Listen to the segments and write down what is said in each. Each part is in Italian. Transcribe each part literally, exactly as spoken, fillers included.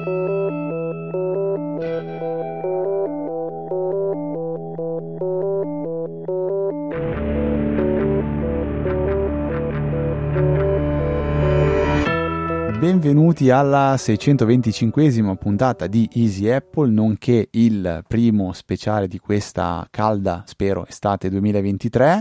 Benvenuti alla seicentoventicinquesima puntata di Easy Apple, nonché il primo speciale di questa calda, spero, estate duemilaventitré.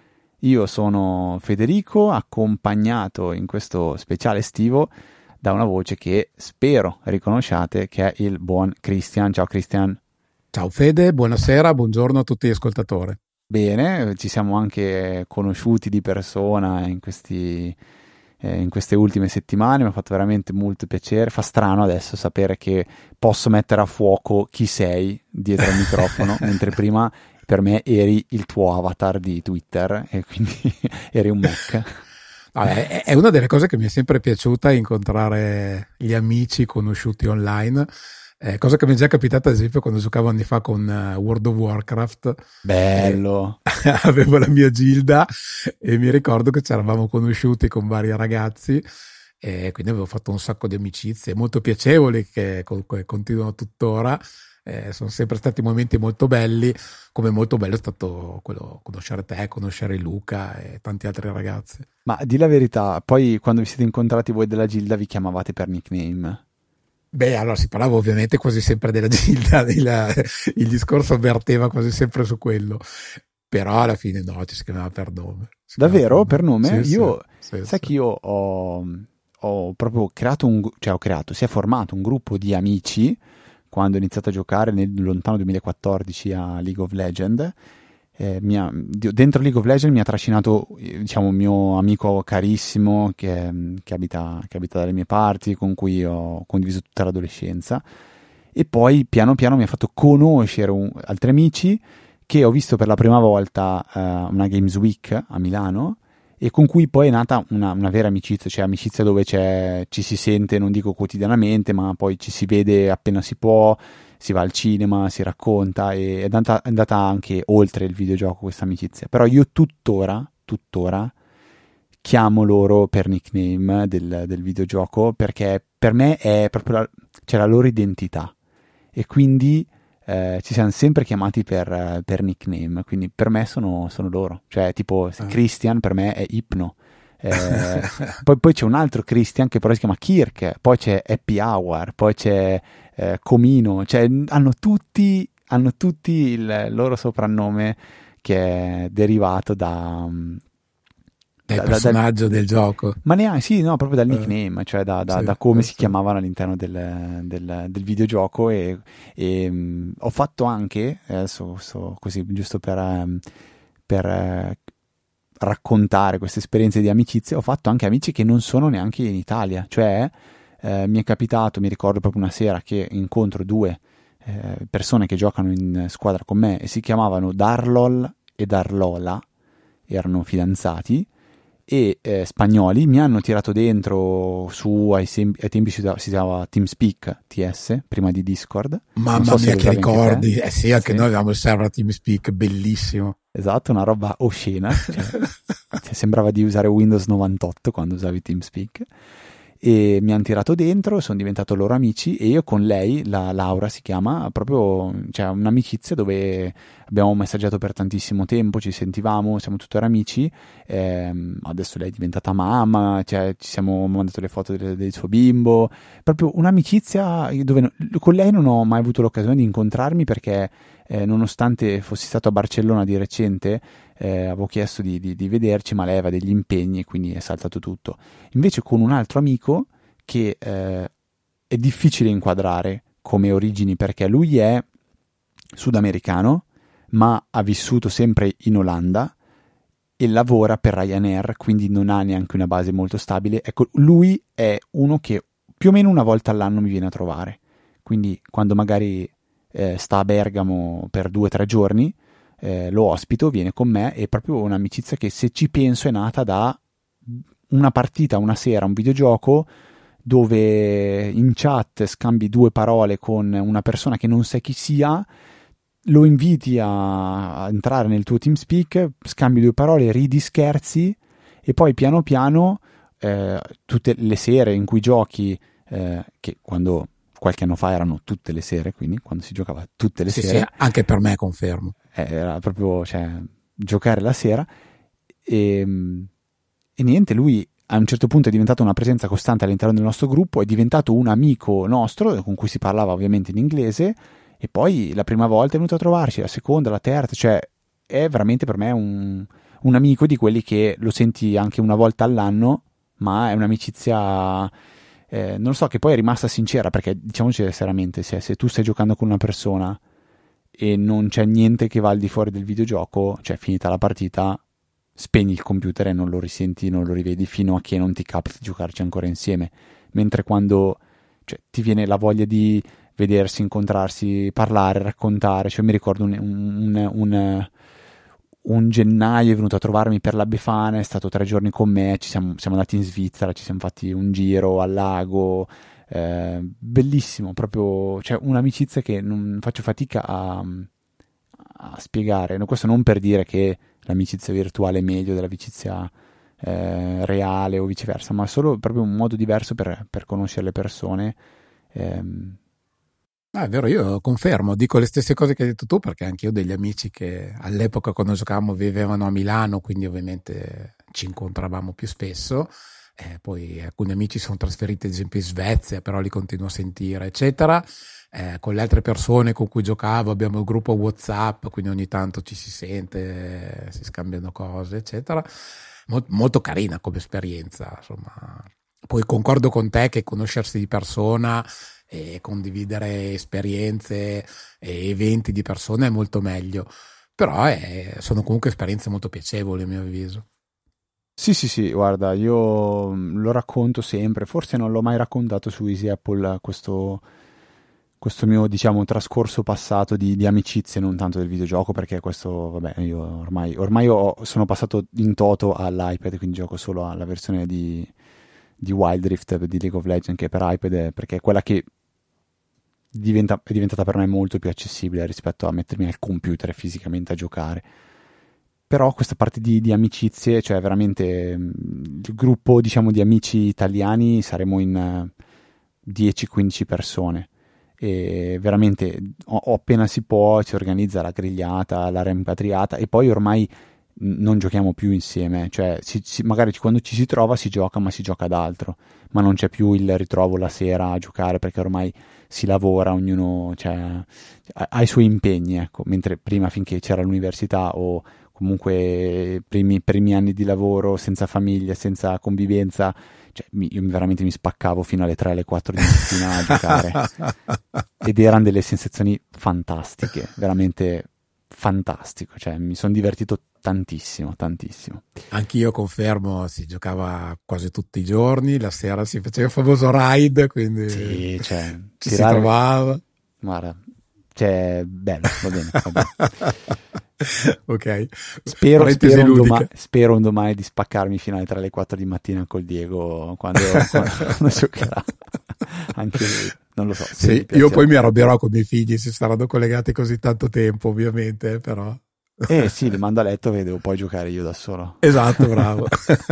Io sono Federico, accompagnato in questo speciale estivo da una voce che spero riconosciate, che è il buon Christian. Ciao Christian. Ciao Fede, buonasera, buongiorno a tutti gli ascoltatori. Bene, ci siamo anche conosciuti di persona in questi... in queste ultime settimane, mi ha fatto veramente molto piacere. Fa strano adesso sapere che posso mettere a fuoco chi sei dietro al microfono, mentre prima per me eri il tuo avatar di Twitter e quindi eri un Mac. Vabbè, è una delle cose che mi è sempre piaciuta, incontrare gli amici conosciuti online. Eh, cosa che mi è già capitata ad esempio quando giocavo anni fa con uh, World of Warcraft. Bello. Eh, avevo la mia gilda e mi ricordo che ci eravamo conosciuti con vari ragazzi e quindi avevo fatto un sacco di amicizie molto piacevoli che comunque continuano tuttora. Eh, sono sempre stati momenti molto belli, come molto bello è stato quello conoscere te, conoscere Luca e tanti altri ragazzi. Ma di la verità, poi quando vi siete incontrati voi della gilda vi chiamavate per nickname? Beh, allora si parlava ovviamente quasi sempre della gilda, il, il discorso verteva quasi sempre su quello, però alla fine no, ci si chiamava per nome. Davvero? Per nome? Sì, io, sì, sai sì. che io ho, ho proprio creato un, cioè ho creato, si è formato un gruppo di amici quando ho iniziato a giocare nel lontano duemilaquattordici a League of Legends. Eh, mia, dentro League of Legends mi ha trascinato, diciamo, un mio amico carissimo che, che, abita, che abita dalle mie parti, con cui ho condiviso tutta l'adolescenza, e poi piano piano mi ha fatto conoscere un, altri amici che ho visto per la prima volta uh, una Games Week a Milano e con cui poi è nata una, una vera amicizia, cioè amicizia dove c'è, ci si sente, non dico quotidianamente, ma poi ci si vede appena si può, si va al cinema, si racconta, e è andata, è andata anche oltre il videogioco questa amicizia. Però io tuttora, tuttora chiamo loro per nickname del, del videogioco, perché per me è proprio la, cioè la loro identità, e quindi eh, ci siamo sempre chiamati per, per nickname, quindi per me sono, sono loro, cioè tipo Ah. Christian per me è Ipno. Eh, poi, poi c'è un altro Christian che però si chiama Kirk, poi c'è Happy Hour, poi c'è eh, Comino, cioè hanno tutti, hanno tutti il loro soprannome che è derivato da Dal da, personaggio da, del gioco. ma neanche, sì, no, proprio dal nickname, uh, cioè da, da, sì, da come sì, si chiamavano all'interno del, del, del videogioco. E, e um, ho fatto anche, adesso so così giusto per, per uh, raccontare queste esperienze di amicizia, ho fatto anche amici che non sono neanche in Italia, cioè eh, mi è capitato, mi ricordo proprio una sera che incontro due eh, persone che giocano in squadra con me e si chiamavano Darlol e Darlola, erano fidanzati e eh, spagnoli, mi hanno tirato dentro su, ai, sem- ai tempi si usava, si usava TeamSpeak T S prima di Discord. Mamma so mia che ricordi, eh sì, anche sì. Noi avevamo il server TeamSpeak, bellissimo. Esatto, una roba oscena, cioè, cioè, sembrava di usare Windows novantotto quando usavi TeamSpeak, e mi hanno tirato dentro, sono diventato loro amici, e io con lei, la Laura si chiama, proprio, cioè un'amicizia dove abbiamo messaggiato per tantissimo tempo, ci sentivamo, siamo tuttora amici. Ehm, adesso lei è diventata mamma, cioè ci siamo mandato le foto del, del suo bimbo, proprio un'amicizia dove no, con lei non ho mai avuto l'occasione di incontrarmi perché eh, nonostante fossi stato a Barcellona di recente, eh, avevo chiesto di, di, di vederci, ma lei aveva degli impegni e quindi è saltato tutto. Invece con un altro amico che eh, è difficile inquadrare come origini, perché lui è sudamericano ma ha vissuto sempre in Olanda e lavora per Ryanair, quindi non ha neanche una base molto stabile. Ecco, lui è uno che più o meno una volta all'anno mi viene a trovare, quindi quando magari eh, sta a Bergamo per due o tre giorni eh, lo ospito, viene con me, e proprio un'amicizia che, se ci penso, è nata da una partita, una sera, un videogioco dove in chat scambi due parole con una persona che non sai chi sia, lo inviti a, a entrare nel tuo TeamSpeak, scambi due parole, ridi, scherzi, e poi piano piano eh, tutte le sere in cui giochi, eh, che quando, qualche anno fa erano tutte le sere, quindi quando si giocava tutte le sì, sere. Sì, anche per me, confermo. Era proprio, cioè, giocare la sera. E, e niente, lui a un certo punto è diventato una presenza costante all'interno del nostro gruppo, è diventato un amico nostro con cui si parlava ovviamente in inglese, e poi la prima volta è venuto a trovarci, la seconda, la terza, cioè è veramente per me un, un amico di quelli che lo senti anche una volta all'anno, ma è un'amicizia, eh, non lo so, che poi è rimasta sincera, perché diciamoci seriamente, se, se tu stai giocando con una persona e non c'è niente che va al di fuori del videogioco, cioè finita la partita spegni il computer e non lo risenti, non lo rivedi fino a che non ti capita di giocarci ancora insieme. Mentre quando, cioè, ti viene la voglia di vedersi, incontrarsi, parlare, raccontare, cioè mi ricordo un, un, un, un gennaio è venuto a trovarmi per la Befana, è stato tre giorni con me, ci siamo, siamo andati in Svizzera, ci siamo fatti un giro al lago, eh, bellissimo, proprio, cioè un'amicizia che non faccio fatica a, a spiegare. Questo non per dire che l'amicizia virtuale è meglio dell'amicizia eh, reale o viceversa, ma solo proprio un modo diverso per, per conoscere le persone. ehm. Ah, è vero, io confermo, dico le stesse cose che hai detto tu, perché anche io ho degli amici che all'epoca quando giocavamo vivevano a Milano, quindi ovviamente ci incontravamo più spesso. Eh, poi alcuni amici sono trasferiti ad esempio in Svezia, però li continuo a sentire, eccetera. Eh, con le altre persone con cui giocavo abbiamo il gruppo WhatsApp, quindi ogni tanto ci si sente, si scambiano cose, eccetera. Mol- molto carina come esperienza, insomma. Poi concordo con te che conoscersi di persona e condividere esperienze e eventi di persona è molto meglio, però è, sono comunque esperienze molto piacevoli a mio avviso. Sì, sì, sì, guarda, io lo racconto sempre, forse non l'ho mai raccontato su Easy Apple questo, questo mio, diciamo, trascorso passato di, di amicizie, non tanto del videogioco, perché questo, vabbè, io ormai, ormai ho, sono passato in toto all'iPad, quindi gioco solo alla versione di, di Wild Rift di League of Legends, che per iPad, perché è quella che diventa, è diventata per me molto più accessibile rispetto a mettermi al computer fisicamente a giocare. Però questa parte di, di amicizie, cioè veramente mh, il gruppo, diciamo, di amici italiani saremo in uh, dieci quindici persone, e veramente o, o appena si può si organizza la grigliata, la rimpatriata, e poi ormai mh, non giochiamo più insieme, cioè si, si, magari quando ci si trova si gioca, ma si gioca ad altro, ma non c'è più il ritrovo la sera a giocare, perché ormai si lavora, ognuno, cioè, ha, ha i suoi impegni, ecco, mentre prima, finché c'era l'università o comunque primi, primi anni di lavoro senza famiglia, senza convivenza, cioè mi, io veramente mi spaccavo fino alle tre, alle quattro di mattina a giocare, ed erano delle sensazioni fantastiche, veramente fantastico, cioè mi sono divertito tantissimo, tantissimo. Anch'io confermo, si giocava quasi tutti i giorni, la sera si faceva il famoso raid, quindi sì, cioè, ci tirare... si trovava. Guarda, cioè, bello, va bene, va bene. Ok, spero, spero, un domani, spero un domani di spaccarmi fino alle tre, alle quattro di mattina col Diego quando, quando, quando giocherà anche lui, non lo so. Sì, io poi mi arrabbierò con i miei figli, si saranno collegati così tanto tempo, ovviamente, però eh sì, li mando a letto e devo poi giocare io da solo. Esatto, bravo.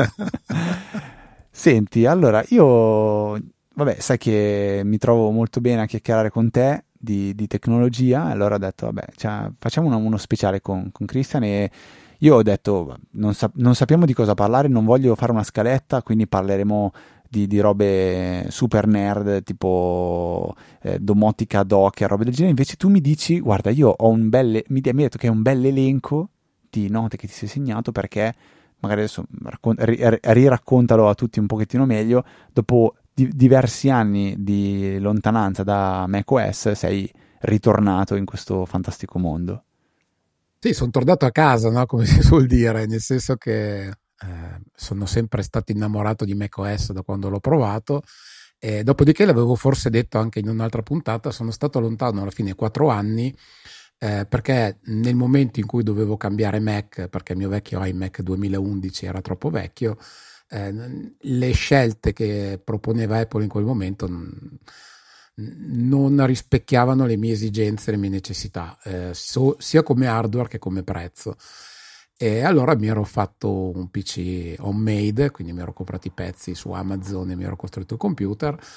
Senti, allora io vabbè, sai che mi trovo molto bene a chiacchierare con te Di, di tecnologia, allora ho detto vabbè, cioè, facciamo uno, uno speciale con, con Christian, e io ho detto non, sa- non sappiamo di cosa parlare, non voglio fare una scaletta, quindi parleremo di, di robe super nerd tipo eh, domotica, docker, robe del genere. Invece tu mi dici guarda, io ho un bel, mi, mi hai detto che è un bel elenco di note che ti sei segnato, perché magari adesso raccon- ri- riraccontalo a tutti un pochettino meglio. Dopo di, diversi anni di lontananza da macOS sei ritornato in questo fantastico mondo. Sì, sono tornato a casa, no? Come si suol dire, nel senso che eh, sono sempre stato innamorato di macOS da quando l'ho provato, e dopodiché l'avevo forse detto anche in un'altra puntata, sono stato lontano alla fine quattro anni, eh, perché nel momento in cui dovevo cambiare Mac, perché il mio vecchio iMac duemilaundici era troppo vecchio, eh, le scelte che proponeva Apple in quel momento n- non rispecchiavano le mie esigenze, le mie necessità, eh, so, sia come hardware che come prezzo. E allora mi ero fatto un P C homemade, quindi mi ero comprato i pezzi su Amazon e mi ero costruito il computer,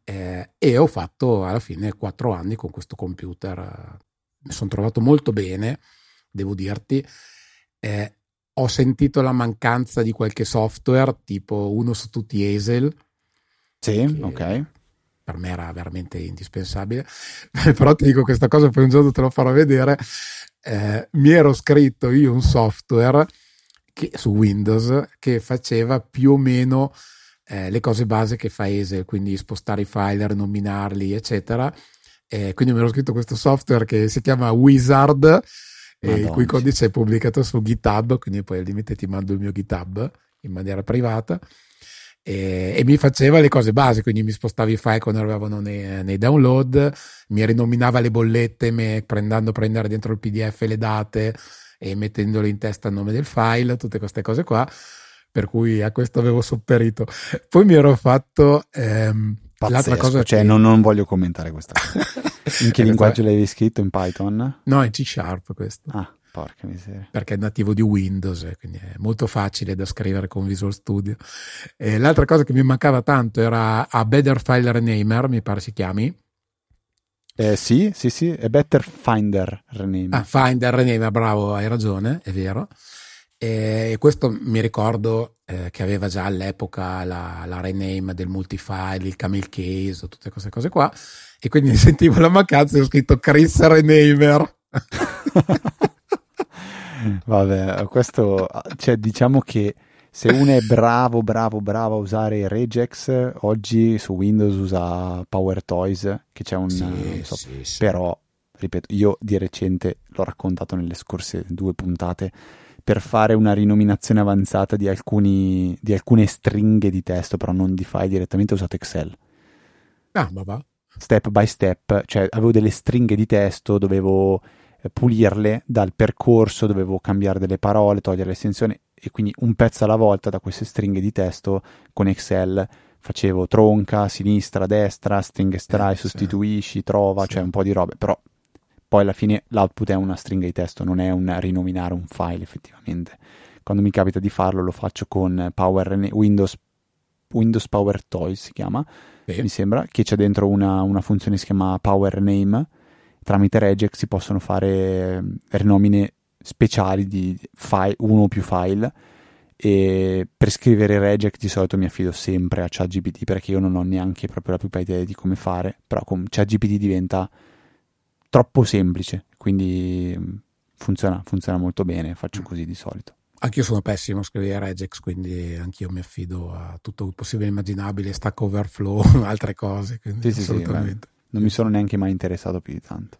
eh, e ho fatto alla fine quattro anni con questo computer. Mi sono trovato molto bene, devo dirti. Eh, ho sentito la mancanza di qualche software, tipo uno su tutti Hazel. Sì, ok. Per me era veramente indispensabile. Però ti dico questa cosa, poi un giorno te lo farò vedere. Eh, mi ero scritto io un software che, su Windows, che faceva più o meno eh, le cose base che fa Hazel, quindi spostare i file, rinominarli, eccetera. Eh, quindi mi ero scritto questo software che si chiama Wizard, eh, il cui codice è pubblicato su GitHub, quindi poi al limite ti mando il mio GitHub in maniera privata, e, e mi faceva le cose base, quindi mi spostava i file quando arrivavano nei, nei download, mi rinominava le bollette, me, prendendo prendere dentro il P D F le date e mettendole in testa il nome del file, tutte queste cose qua, per cui a questo avevo sopperito. Poi mi ero fatto ehm, Pazzesco, l'altra cosa, cioè che... non, non voglio commentare questa cosa. In che linguaggio l'avevi scritto? In Python? No, in C Sharp questo. Ah, porca miseria. Perché è nativo di Windows, eh, quindi è molto facile da scrivere con Visual Studio. E l'altra cosa che mi mancava tanto era a Better File Renamer, mi pare si chiami. Eh, sì, sì, sì, è Better Finder Renamer. Ah, Finder Renamer, bravo, hai ragione, è vero. E questo mi ricordo eh, che aveva già all'epoca la, la rename del multifile, il camel case, tutte queste cose qua, e quindi mi sentivo la mancanza e ho scritto Chris Renamer. Vabbè, questo, cioè, diciamo che se uno è bravo, bravo, bravo a usare Regex, oggi su Windows usa PowerToys, che c'è un... Sì, so, sì, sì. Però, ripeto, io di recente l'ho raccontato nelle scorse due puntate, per fare una rinominazione avanzata di, alcuni, di alcune stringhe di testo, però non di file direttamente, ho usato Excel. Ah, ma va. Step by step, cioè avevo delle stringhe di testo, dovevo pulirle dal percorso, dovevo cambiare delle parole, togliere l'estensione, e quindi un pezzo alla volta da queste stringhe di testo con Excel facevo tronca, sinistra, destra, string estrai, eh, sostituisci, trova, sì. Cioè un po' di robe, però poi alla fine l'output è una stringa di testo, non è un rinominare un file effettivamente. Quando mi capita di farlo lo faccio con Power Windows, Windows Power Toys si chiama, sì. Mi sembra, che c'è dentro una, una funzione che si chiama Power Rename. Tramite Regex si possono fare rinomine speciali di file, uno o più file, e per scrivere Regex di solito mi affido sempre a ChatGPT, perché io non ho neanche proprio la più pallida idea di come fare, però con ChatGPT diventa troppo semplice, quindi funziona, funziona molto bene, faccio così di solito. Anch'io sono pessimo a scrivere Regex, quindi anch'io mi affido a tutto il possibile e immaginabile, Stack Overflow, altre cose, quindi sì, assolutamente. Sì, sì, non mi sono neanche mai interessato più di tanto.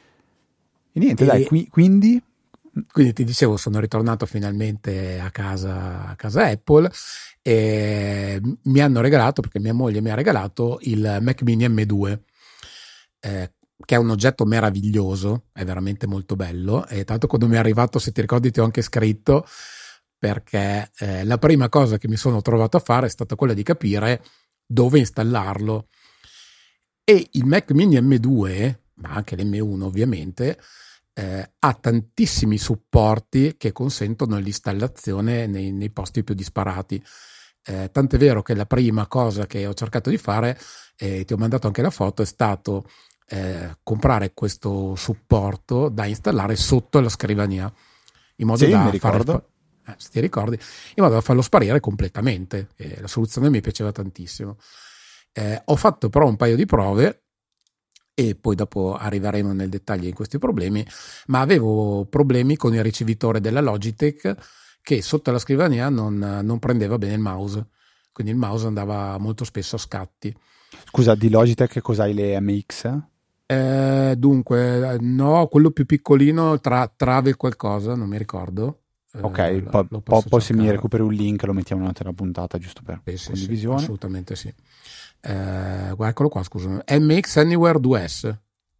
E niente, e dai, qui, quindi... Quindi ti dicevo, sono ritornato finalmente a casa, a casa Apple, e mi hanno regalato, perché mia moglie mi ha regalato il Mac Mini M due, eh, che è un oggetto meraviglioso, è veramente molto bello, e tanto quando mi è arrivato, se ti ricordi, ti ho anche scritto, perché eh, la prima cosa che mi sono trovato a fare è stata quella di capire dove installarlo. E il Mac Mini M due, ma anche l'M uno ovviamente, eh, ha tantissimi supporti che consentono l'installazione nei, nei posti più disparati. Eh, tant'è vero che la prima cosa che ho cercato di fare, e eh, ti ho mandato anche la foto, è stato eh, comprare questo supporto da installare sotto la scrivania, in modo sì, da mi ricordo. fare, eh, se ti ricordi, in modo da farlo sparire completamente. Eh, la soluzione mi piaceva tantissimo. Eh, ho fatto però un paio di prove, e poi dopo arriveremo nel dettaglio in questi problemi, ma avevo problemi con il ricevitore della Logitech, che sotto la scrivania non, non prendeva bene il mouse, quindi il mouse andava molto spesso a scatti. Scusa, di Logitech cos'hai, le M X? Eh, dunque, no, quello più piccolino, tra, trave qualcosa, non mi ricordo. Ok, eh, po- lo po- posso poi se mi cercare. recuperi un link lo mettiamo nella nella puntata, giusto per Sì, sì, condivisione. sì, assolutamente sì. Eh, guarda, eccolo qua, scusa. M X Anywhere due S.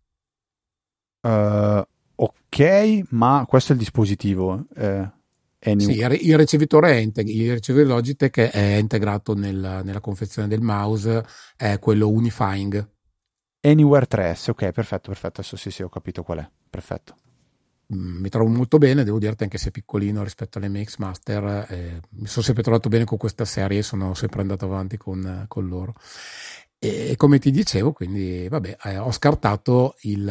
Uh, ok, ma questo è il dispositivo. Eh, Sì, il ricevitore, è integ- il ricevitore Logitech è integrato nel, nella confezione del mouse, è quello Unifying. Anywhere tre S, ok, perfetto, perfetto. Adesso sì, sì, ho capito qual è. Perfetto. Mm, mi trovo molto bene, devo dirti, anche se è piccolino rispetto all'M X Master. Eh, mi sono sempre trovato bene con questa serie, sono sempre andato avanti con, con loro. E come ti dicevo, quindi vabbè, eh, ho scartato il,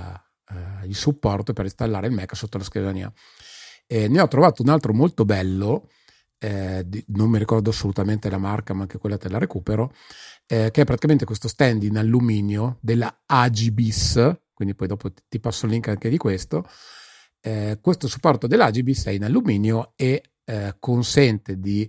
eh, il supporto per installare il Mac sotto la scrivania. E ne ho trovato un altro molto bello, eh, di, non mi ricordo assolutamente la marca, ma anche quella te la recupero, eh, che è praticamente questo stand in alluminio della Agibis, quindi poi dopo ti passo il link anche di questo. Eh, questo supporto dell'Agibis è in alluminio e eh, consente di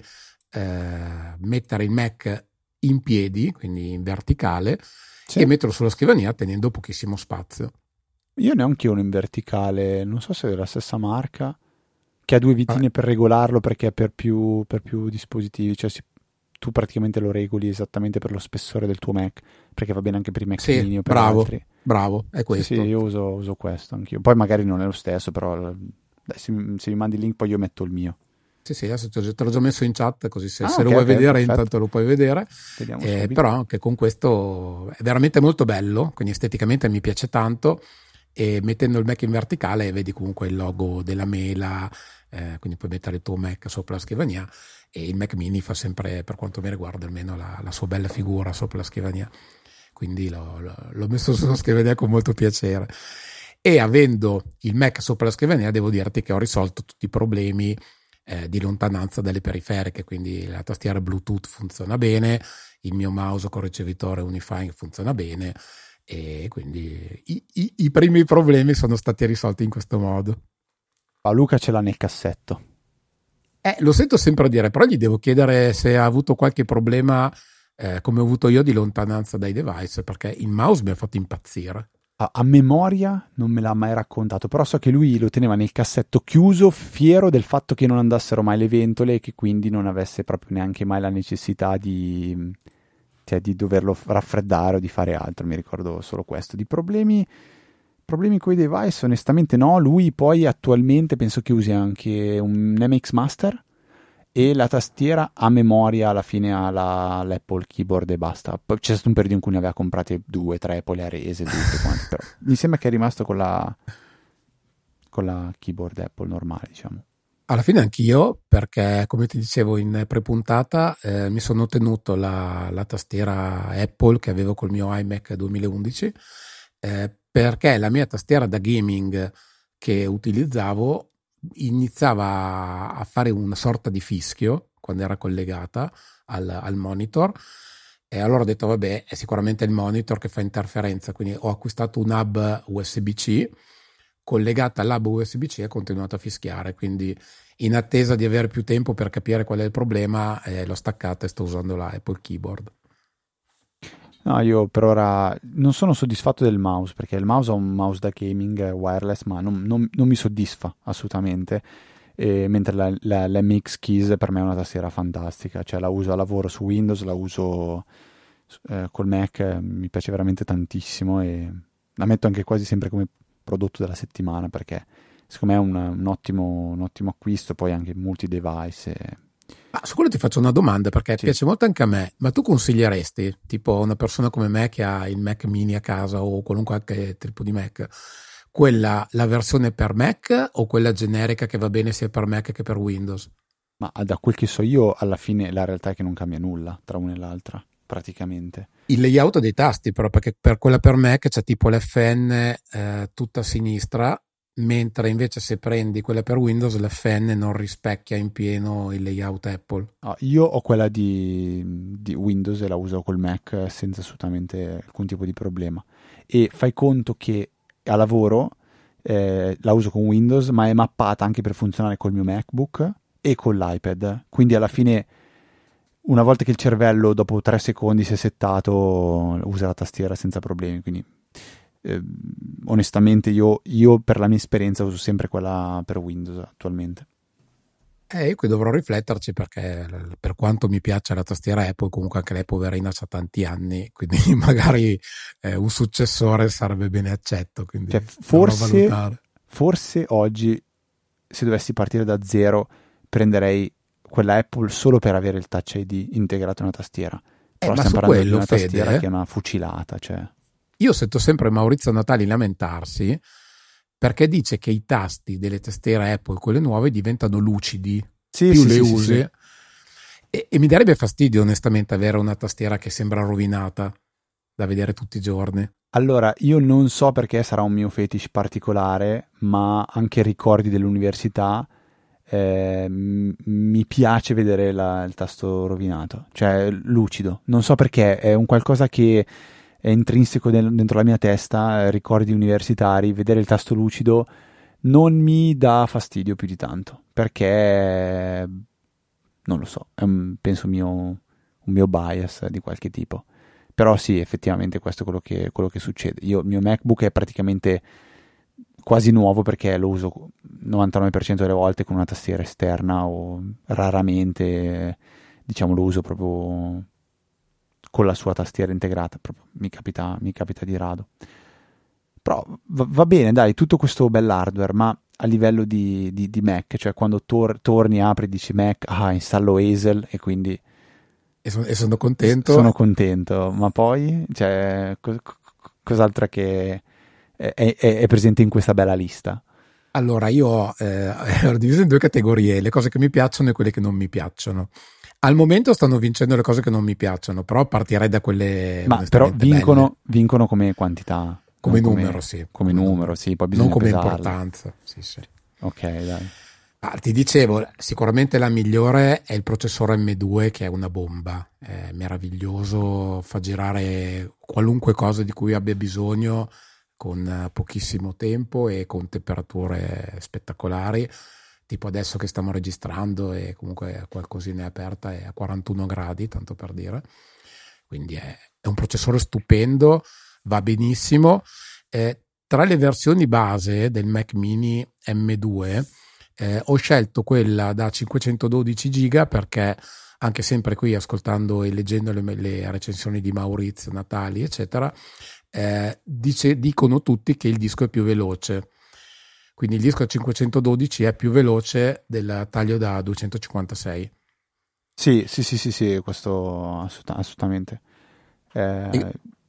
eh, mettere il Mac in piedi, quindi in verticale, sì, e metterlo sulla scrivania tenendo pochissimo spazio. Io ne ho anche uno in verticale, non so se è della stessa marca, che ha due vitine ah. per regolarlo perché è per più, per più dispositivi, cioè si, tu praticamente lo regoli esattamente per lo spessore del tuo Mac, perché va bene anche per i Mac sì, mini o per bravo, altri. Bravo, è questo. Sì, sì, io uso, uso questo anch'io. Poi magari non è lo stesso, però dai, se, se mi mandi il link poi io metto il mio. Sì, sì, adesso te l'ho già messo in chat, così se, ah, se okay, lo vuoi okay, vedere perfetto. Intanto lo puoi vedere. Eh, però anche con questo è veramente molto bello, quindi esteticamente mi piace tanto, e mettendo il Mac in verticale vedi comunque il logo della mela, eh, quindi puoi mettere il tuo Mac sopra la scrivania, e il Mac mini fa sempre, per quanto mi riguarda almeno, la, la sua bella figura sopra la scrivania, quindi l'ho, l'ho messo sulla scrivania con molto piacere. E avendo il Mac sopra la scrivania devo dirti che ho risolto tutti i problemi eh, di lontananza dalle periferiche, quindi la tastiera Bluetooth funziona bene, il mio mouse con ricevitore Unifying funziona bene, e quindi i, i, i primi problemi sono stati risolti in questo modo. Ah, Luca ce l'ha nel cassetto. Eh, lo sento sempre dire, però gli devo chiedere se ha avuto qualche problema eh, come ho avuto io di lontananza dai device, perché il mouse mi ha fatto impazzire. A, a memoria non me l'ha mai raccontato, però so che lui lo teneva nel cassetto chiuso, fiero del fatto che non andassero mai le ventole e che quindi non avesse proprio neanche mai la necessità di, cioè, di doverlo raffreddare o di fare altro. Mi ricordo solo questo. Di problemi problemi con i device onestamente no. Lui poi attualmente penso che usi anche un M X Master e la tastiera a memoria alla fine ha la, l'Apple Keyboard e basta. Poi c'è stato un periodo in cui ne aveva comprate due, tre, poi le ha rese tutte quante, però mi sembra che è rimasto con la con la keyboard Apple normale, diciamo. Alla fine anch'io, perché come ti dicevo in prepuntata eh, mi sono tenuto la, la tastiera Apple che avevo col mio iMac duemilaundici, eh, perché la mia tastiera da gaming che utilizzavo iniziava a fare una sorta di fischio quando era collegata al, al monitor, e allora ho detto vabbè, è sicuramente il monitor che fa interferenza, quindi ho acquistato un hub U S B C, collegata all'hub U S B C e ha continuato a fischiare, quindi in attesa di avere più tempo per capire qual è il problema eh, l'ho staccata e sto usando la Apple Keyboard. No, io per ora non sono soddisfatto del mouse, perché il mouse è un mouse da gaming wireless, ma non, non, non mi soddisfa assolutamente, e mentre la, la, l'M X Keys per me è una tastiera fantastica, cioè la uso a lavoro su Windows, la uso eh, col Mac, eh, mi piace veramente tantissimo e la metto anche quasi sempre come prodotto della settimana, perché secondo me è un, un, ottimo, un ottimo acquisto, poi anche multi-device. E... Ah, su quello ti faccio una domanda, perché sì. piace molto anche a me, ma tu consiglieresti, tipo una persona come me che ha il Mac mini a casa o qualunque altro tipo di Mac, quella, la versione per Mac o quella generica che va bene sia per Mac che per Windows? Ma da quel che so io, alla fine la realtà è che non cambia nulla tra una e l'altra, praticamente. Il layout dei tasti però, perché per quella per Mac c'è tipo l'F N eh, tutta a sinistra, mentre invece se prendi quella per Windows l'F N non rispecchia in pieno il layout Apple. Ah, io ho quella di, di Windows e la uso col Mac senza assolutamente alcun tipo di problema, e fai conto che a lavoro eh, la uso con Windows, ma è mappata anche per funzionare col mio MacBook e con l'iPad, quindi alla fine una volta che il cervello dopo tre secondi si è settato usa la tastiera senza problemi, quindi Eh, onestamente io, io per la mia esperienza uso sempre quella per Windows attualmente. Eh, io qui dovrò rifletterci, perché per quanto mi piaccia la tastiera Apple, comunque anche lei poverina c'ha tanti anni, quindi magari eh, un successore sarebbe bene accetto, quindi cioè, forse, forse oggi se dovessi partire da zero prenderei quella Apple solo per avere il Touch I D integrato in una tastiera, però eh, stiamo ma parlando quello, di una tastiera Fede, che è una fucilata, cioè. Io sento sempre Maurizio Natali lamentarsi perché dice che i tasti delle tastiere Apple, quelle nuove, diventano lucidi, sì, più sì, le sì, usi, sì, sì. E, e mi darebbe fastidio onestamente avere una tastiera che sembra rovinata. da vedere tutti i giorni? Allora, io non so perché sarà un mio fetish particolare, ma anche ricordi dell'università, eh, m- mi piace vedere la- il tasto rovinato, cioè lucido. Non so perché, è un qualcosa che è intrinseco del- dentro la mia testa, eh, ricordi universitari, vedere il tasto lucido non mi dà fastidio più di tanto, perché non lo so, è un, penso mio, un mio bias di qualche tipo. Però sì, effettivamente questo è quello che, quello che succede. Io, il mio MacBook è praticamente quasi nuovo perché lo uso novantanove per cento delle volte con una tastiera esterna o raramente, diciamo, lo uso proprio con la sua tastiera integrata. Proprio mi capita, mi capita di rado. Però va, va bene, dai, tutto questo bell'hardware, ma a livello di, di, di Mac, cioè quando tor- torni, apri, dici Mac, ah, installo Hazel e quindi E, so- e sono s- contento. sono contento, ma poi, cioè, cos- cos- cos'altro che è, è- è presente in questa bella lista? Allora, io ho eh, ho diviso in due categorie, le cose che mi piacciono e quelle che non mi piacciono. Al momento stanno vincendo le cose che non mi piacciono, però partirei da quelle Ma però onestamente belle, vincono, vincono come quantità, non come numero, come, sì, come come numero, numero, sì, poi non bisogna come pesarle. importanza. Sì, sì. Ok, dai. Ah, ti dicevo, sicuramente la migliore è il processore M due, che è una bomba, è meraviglioso, fa girare qualunque cosa di cui abbia bisogno con eh, pochissimo tempo e con temperature spettacolari, tipo adesso che stiamo registrando e comunque qualcosina è aperta, è a quarantuno gradi, tanto per dire, quindi è, è un processore stupendo, va benissimo. Eh, tra le versioni base del Mac Mini M due, eh, ho scelto quella da cinquecentododici giga perché anche sempre qui ascoltando e leggendo le, le recensioni di Maurizio Natali eccetera, eh, dice, dicono tutti che il disco è più veloce, quindi il disco a cinquecentododici è più veloce del taglio da duecentocinquantasei. Sì, sì, sì, sì, sì, questo assolut- assolutamente. E, Eh,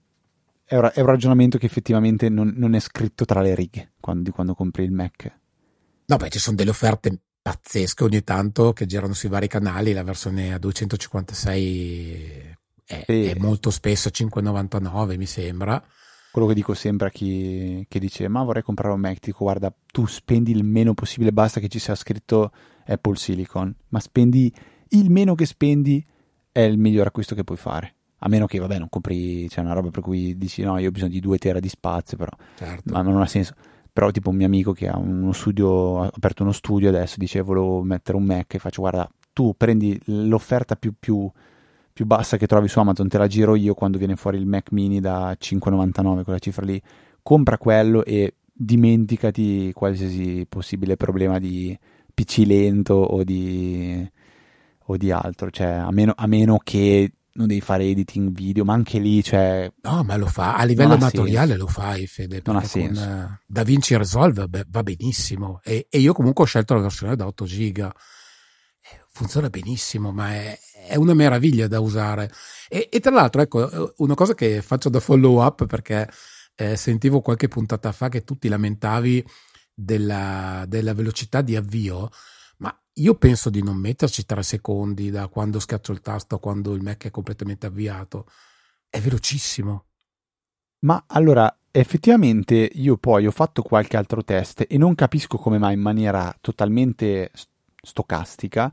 è, un, è un ragionamento che effettivamente non, non è scritto tra le righe quando, di quando compri il Mac. no, beh, ci sono delle offerte pazzesche ogni tanto che girano sui vari canali, la versione a duecentocinquantasei è, è E molto spesso a cinquecentonovantanove mi sembra. quello che dico sempre a chi che dice ma vorrei comprare un Mac, dico guarda, tu spendi il meno possibile, basta che ci sia scritto Apple Silicon, ma spendi il meno che spendi è il miglior acquisto che puoi fare. A meno che, vabbè, non compri, c'è una roba per cui dici no, io ho bisogno di due tera di spazio, però, Certo. ma non ha senso. Però tipo un mio amico che ha uno studio, ha aperto uno studio adesso, dice volevo mettere un Mac e faccio guarda, tu prendi l'offerta più, più, più bassa che trovi su Amazon, te la giro io quando viene fuori il Mac mini da cinque virgola novantanove, quella cifra lì, compra quello e dimenticati qualsiasi possibile problema di P C lento o di, o di altro, cioè a meno, a meno che non devi fare editing video, ma anche lì, cioè, No, ma lo fa, a non livello ha amatoriale senso, lo fai, Fede, non ha perché con senso. eh, DaVinci Resolve beh, va benissimo e, e io comunque ho scelto la versione da otto giga. Eh, funziona benissimo, ma è, è una meraviglia da usare. E, e tra l'altro, ecco, eh, una cosa che faccio da follow up perché eh, sentivo qualche puntata fa che tu ti lamentavi della, della velocità di avvio, ma io penso di non metterci tre secondi da quando schiaccio il tasto a quando il Mac è completamente avviato. È velocissimo. Ma allora, effettivamente io poi ho fatto qualche altro test e non capisco come mai in maniera totalmente s- stocastica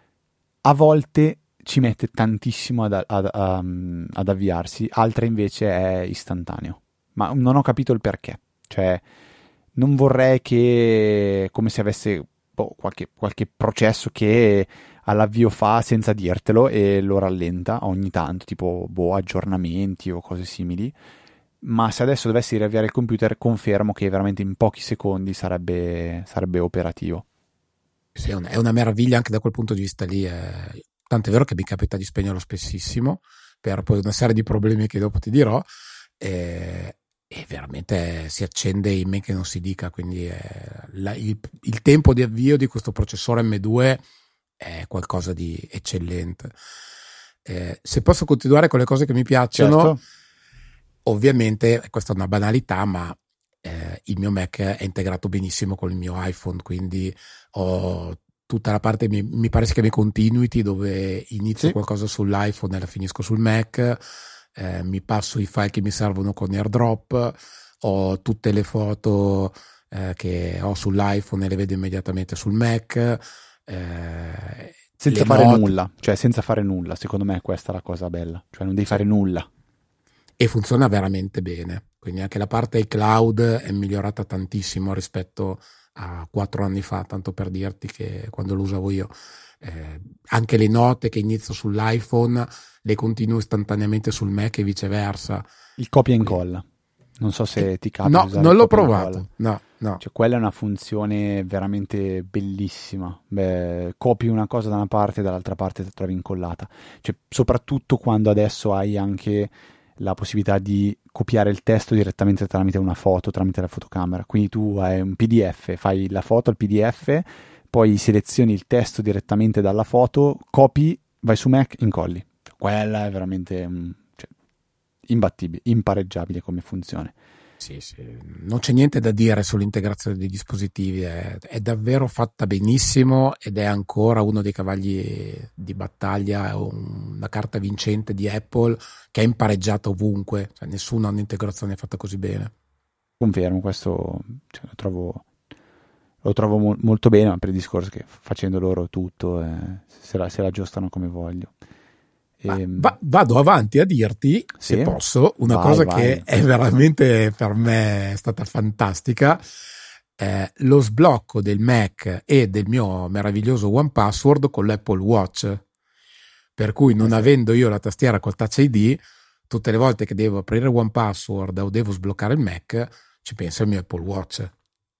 a volte ci mette tantissimo ad, ad- um, ad avviarsi, altre invece è istantaneo. Ma non ho capito il perché. Cioè, non vorrei che, come se avesse boh, qualche, qualche processo che all'avvio fa senza dirtelo e lo rallenta ogni tanto, tipo boh, aggiornamenti o cose simili. Ma se adesso dovessi riavviare il computer, confermo che veramente in pochi secondi sarebbe, sarebbe operativo. Sì, è un- è una meraviglia anche da quel punto di vista lì. eh. Tant'è vero che mi capita di spegnerlo spessissimo per poi una serie di problemi che dopo ti dirò. E, e veramente si accende in men che non si dica. Quindi eh, la- il, il tempo di avvio di questo processore M due è qualcosa di eccellente. Eh, se posso continuare con le cose che mi piacciono, Certo. ovviamente questa è una banalità, ma eh, il mio Mac è integrato benissimo con il mio iPhone, quindi ho tutta la parte, mi, mi pare si chiami continuity, dove inizio Sì. qualcosa sull'iPhone e la finisco sul Mac. eh, mi passo i file che mi servono con AirDrop, ho tutte le foto eh, che ho sull'iPhone e le vedo immediatamente sul Mac. Eh, senza fare note. nulla, cioè senza fare nulla, secondo me questa è la cosa bella, cioè non devi sì. fare nulla. E funziona veramente bene, quindi anche la parte iCloud è migliorata tantissimo rispetto a quattro anni fa, tanto per dirti che quando lo usavo io. Eh, anche le note che inizio sull'iPhone le continuo istantaneamente sul Mac e viceversa. Il copia e incolla, non so se ti capita. No, non l'ho provato. No, no. Cioè, quella è una funzione veramente bellissima. Beh, copi una cosa da una parte e dall'altra parte ti trovi incollata. Cioè, soprattutto quando adesso hai anche la possibilità di copiare il testo direttamente tramite una foto, tramite la fotocamera. Quindi tu hai un P D F, fai la foto al P D F, poi selezioni il testo direttamente dalla foto, copi, vai su Mac, incolli. Cioè, quella è veramente um, cioè, imbattibile, impareggiabile come funzione. Sì, sì, non c'è niente da dire sull'integrazione dei dispositivi, è, è davvero fatta benissimo ed è ancora uno dei cavalli di battaglia, una carta vincente di Apple che è impareggiata ovunque, cioè, nessuna ha un'integrazione fatta così bene. Confermo, questo cioè, lo trovo, lo trovo mo- molto bene, ma per il discorso che facendo loro tutto eh, se, la, se la aggiustano come voglio. E... Va, vado avanti a dirti, sì? Se posso, una vai, cosa vai. Che è veramente per me è stata fantastica, eh, lo sblocco del Mac e del mio meraviglioso One Password con l'Apple Watch, per cui non sì. avendo io la tastiera col Touch I D, tutte le volte che devo aprire One Password o devo sbloccare il Mac, ci penso al mio Apple Watch.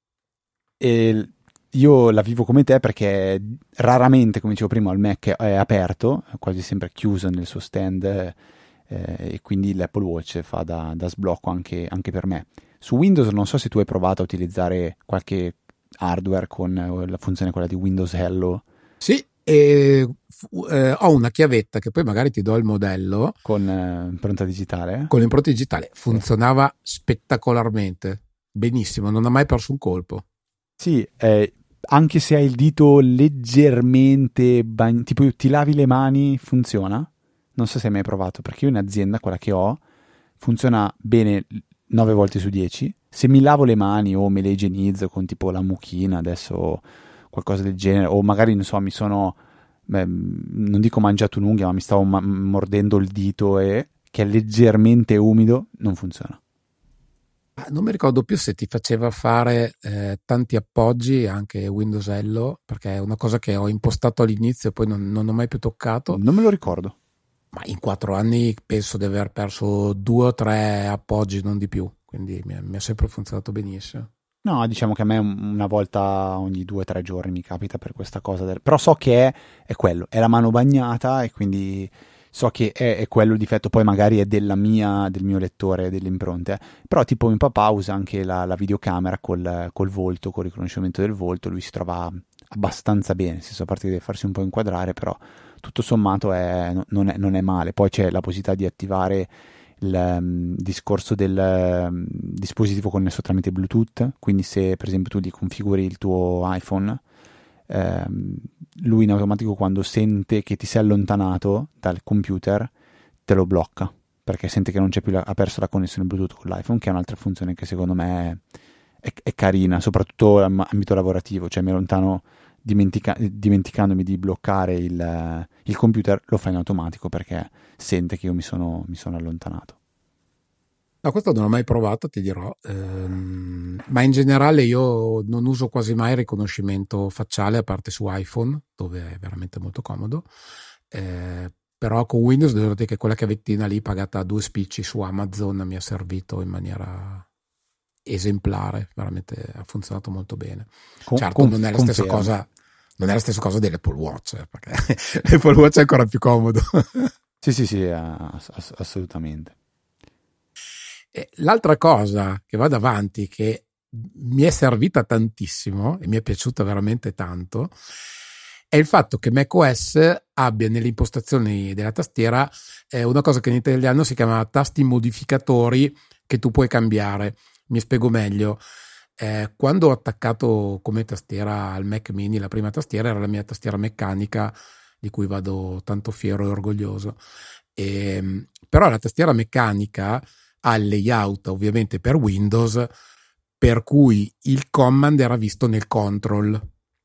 E io la vivo come te perché raramente, come dicevo prima, il Mac è aperto, è quasi sempre chiuso nel suo stand eh, e quindi l'Apple Watch fa da, da sblocco anche, anche per me. Su Windows non so se tu hai provato a utilizzare qualche hardware con la funzione quella di Windows Hello. Sì, e eh, ho una chiavetta che poi magari ti do il modello. Con eh, impronta digitale? Con l'impronta digitale, funzionava sì. spettacolarmente, benissimo, non ha mai perso un colpo. Sì, eh, anche se hai il dito leggermente bag... tipo ti lavi le mani, funziona? Non so se hai mai provato, perché io in azienda, quella che ho, funziona bene nove volte su dieci. Se mi lavo le mani o me le igienizzo con tipo la mucchina adesso, qualcosa del genere, o magari non so, mi sono, beh, non dico mangiato un'unghia, ma mi stavo ma- mordendo il dito e che è leggermente umido, non funziona. Non mi ricordo più se ti faceva fare eh, tanti appoggi anche Windows Hello, perché è una cosa che ho impostato all'inizio e poi non, non ho mai più toccato. Non me lo ricordo. Ma in quattro anni penso di aver perso due o tre appoggi, non di più, quindi mi, mi ha sempre funzionato benissimo. No, diciamo che a me una volta ogni due o tre giorni mi capita per questa cosa, del... però so che è, è quello, è la mano bagnata e quindi... so che è, è quello il difetto, poi magari è della mia, del mio lettore delle impronte, però tipo mio papà usa anche la, la videocamera col, col volto, col riconoscimento del volto, lui si trova abbastanza bene, nel senso, a parte che deve farsi un po' inquadrare, però tutto sommato è, non, è, non è male. Poi c'è la possibilità di attivare il um, discorso del um, dispositivo connesso tramite Bluetooth, quindi se per esempio tu gli configuri il tuo iPhone, Um, lui in automatico quando sente che ti sei allontanato dal computer te lo blocca perché sente che non c'è più la, ha perso la connessione Bluetooth con l'iPhone, che è un'altra funzione che secondo me è, è, è carina, soprattutto in ambito lavorativo, cioè mi allontano dimentica, dimenticandomi di bloccare il, il computer, lo fa in automatico perché sente che io mi sono, mi sono allontanato. No, questo non l'ho mai provato, ti dirò, ehm, ma in generale io non uso quasi mai il riconoscimento facciale, a parte su iPhone, dove è veramente molto comodo, eh, però con Windows devo dire che quella chiavettina lì pagata a due spicci su Amazon mi ha servito in maniera esemplare, veramente ha funzionato molto bene. Con, certo conf- non è la stessa confermo. cosa non è la stessa cosa dell'Apple Watch, eh, perché l'Apple Watch è ancora più comodo. Sì, sì, sì, ass- assolutamente. L'altra cosa che vado avanti, che mi è servita tantissimo e mi è piaciuta veramente tanto, è il fatto che macOS abbia nelle impostazioni della tastiera eh, una cosa che in italiano si chiama tasti modificatori che tu puoi cambiare. Mi spiego meglio. Eh, quando ho attaccato come tastiera al Mac Mini, la prima tastiera era la mia tastiera meccanica, di cui vado tanto fiero e orgoglioso. E, però la tastiera meccanica ha il layout ovviamente per Windows, per cui il command era visto nel control.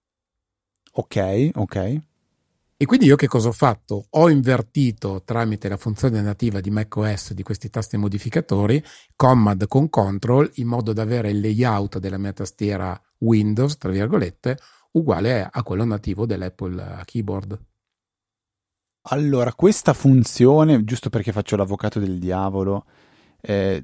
Ok, ok. E quindi io che cosa ho fatto? Ho invertito tramite la funzione nativa di macOS di questi tasti modificatori, command con control, in modo da avere il layout della mia tastiera Windows, tra virgolette, uguale a quello nativo dell'Apple Keyboard. Allora, questa funzione, giusto perché faccio l'avvocato del diavolo, eh,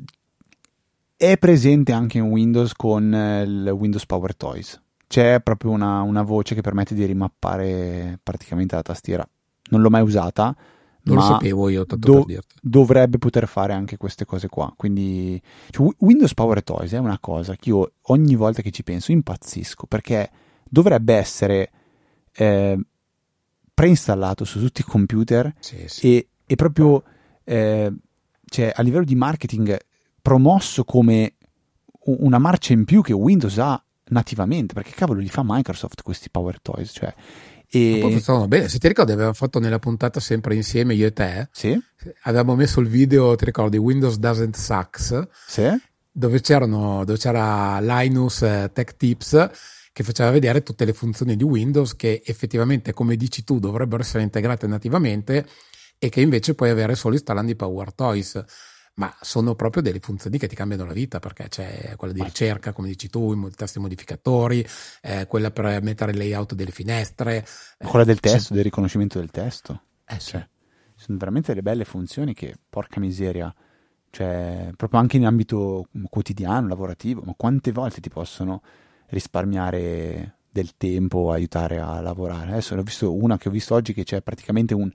è presente anche in Windows con eh, il Windows Power Toys. C'è proprio una, una voce che permette di rimappare praticamente la tastiera. Non l'ho mai usata, Non ma lo sapevo io, tanto do- per dirti. dovrebbe poter fare anche queste cose qua. Quindi cioè, Wi- Windows Power Toys è una cosa che io ogni volta che ci penso impazzisco, perché dovrebbe essere eh, preinstallato su tutti i computer Sì, sì. e, e proprio eh, cioè, a livello di marketing promosso come u- una marcia in più che Windows ha nativamente, perché cavolo li fa Microsoft questi Power Toys, cioè, Ma poi e funzionano bene. Se ti ricordi, avevamo fatto nella puntata sempre insieme io e te, sì, avevamo messo il video, ti ricordi, Windows Doesn't Sucks, sì, dove c'erano, dove c'era Linus eh, Tech Tips che faceva vedere tutte le funzioni di Windows che effettivamente, come dici tu, dovrebbero essere integrate nativamente e che invece puoi avere solo installando i Power Toys. Ma sono proprio delle funzioni che ti cambiano la vita, perché c'è quella di ricerca, come dici tu, i tasti modificatori, eh, quella per mettere il layout delle finestre. Eh, quella del c'è- testo, del riconoscimento del testo. eh sì. Cioè, sono veramente delle belle funzioni che, porca miseria, cioè, proprio anche in ambito quotidiano, lavorativo, ma quante volte ti possono risparmiare del tempo, aiutare a lavorare. Adesso ne ho visto una che ho visto oggi che c'è praticamente un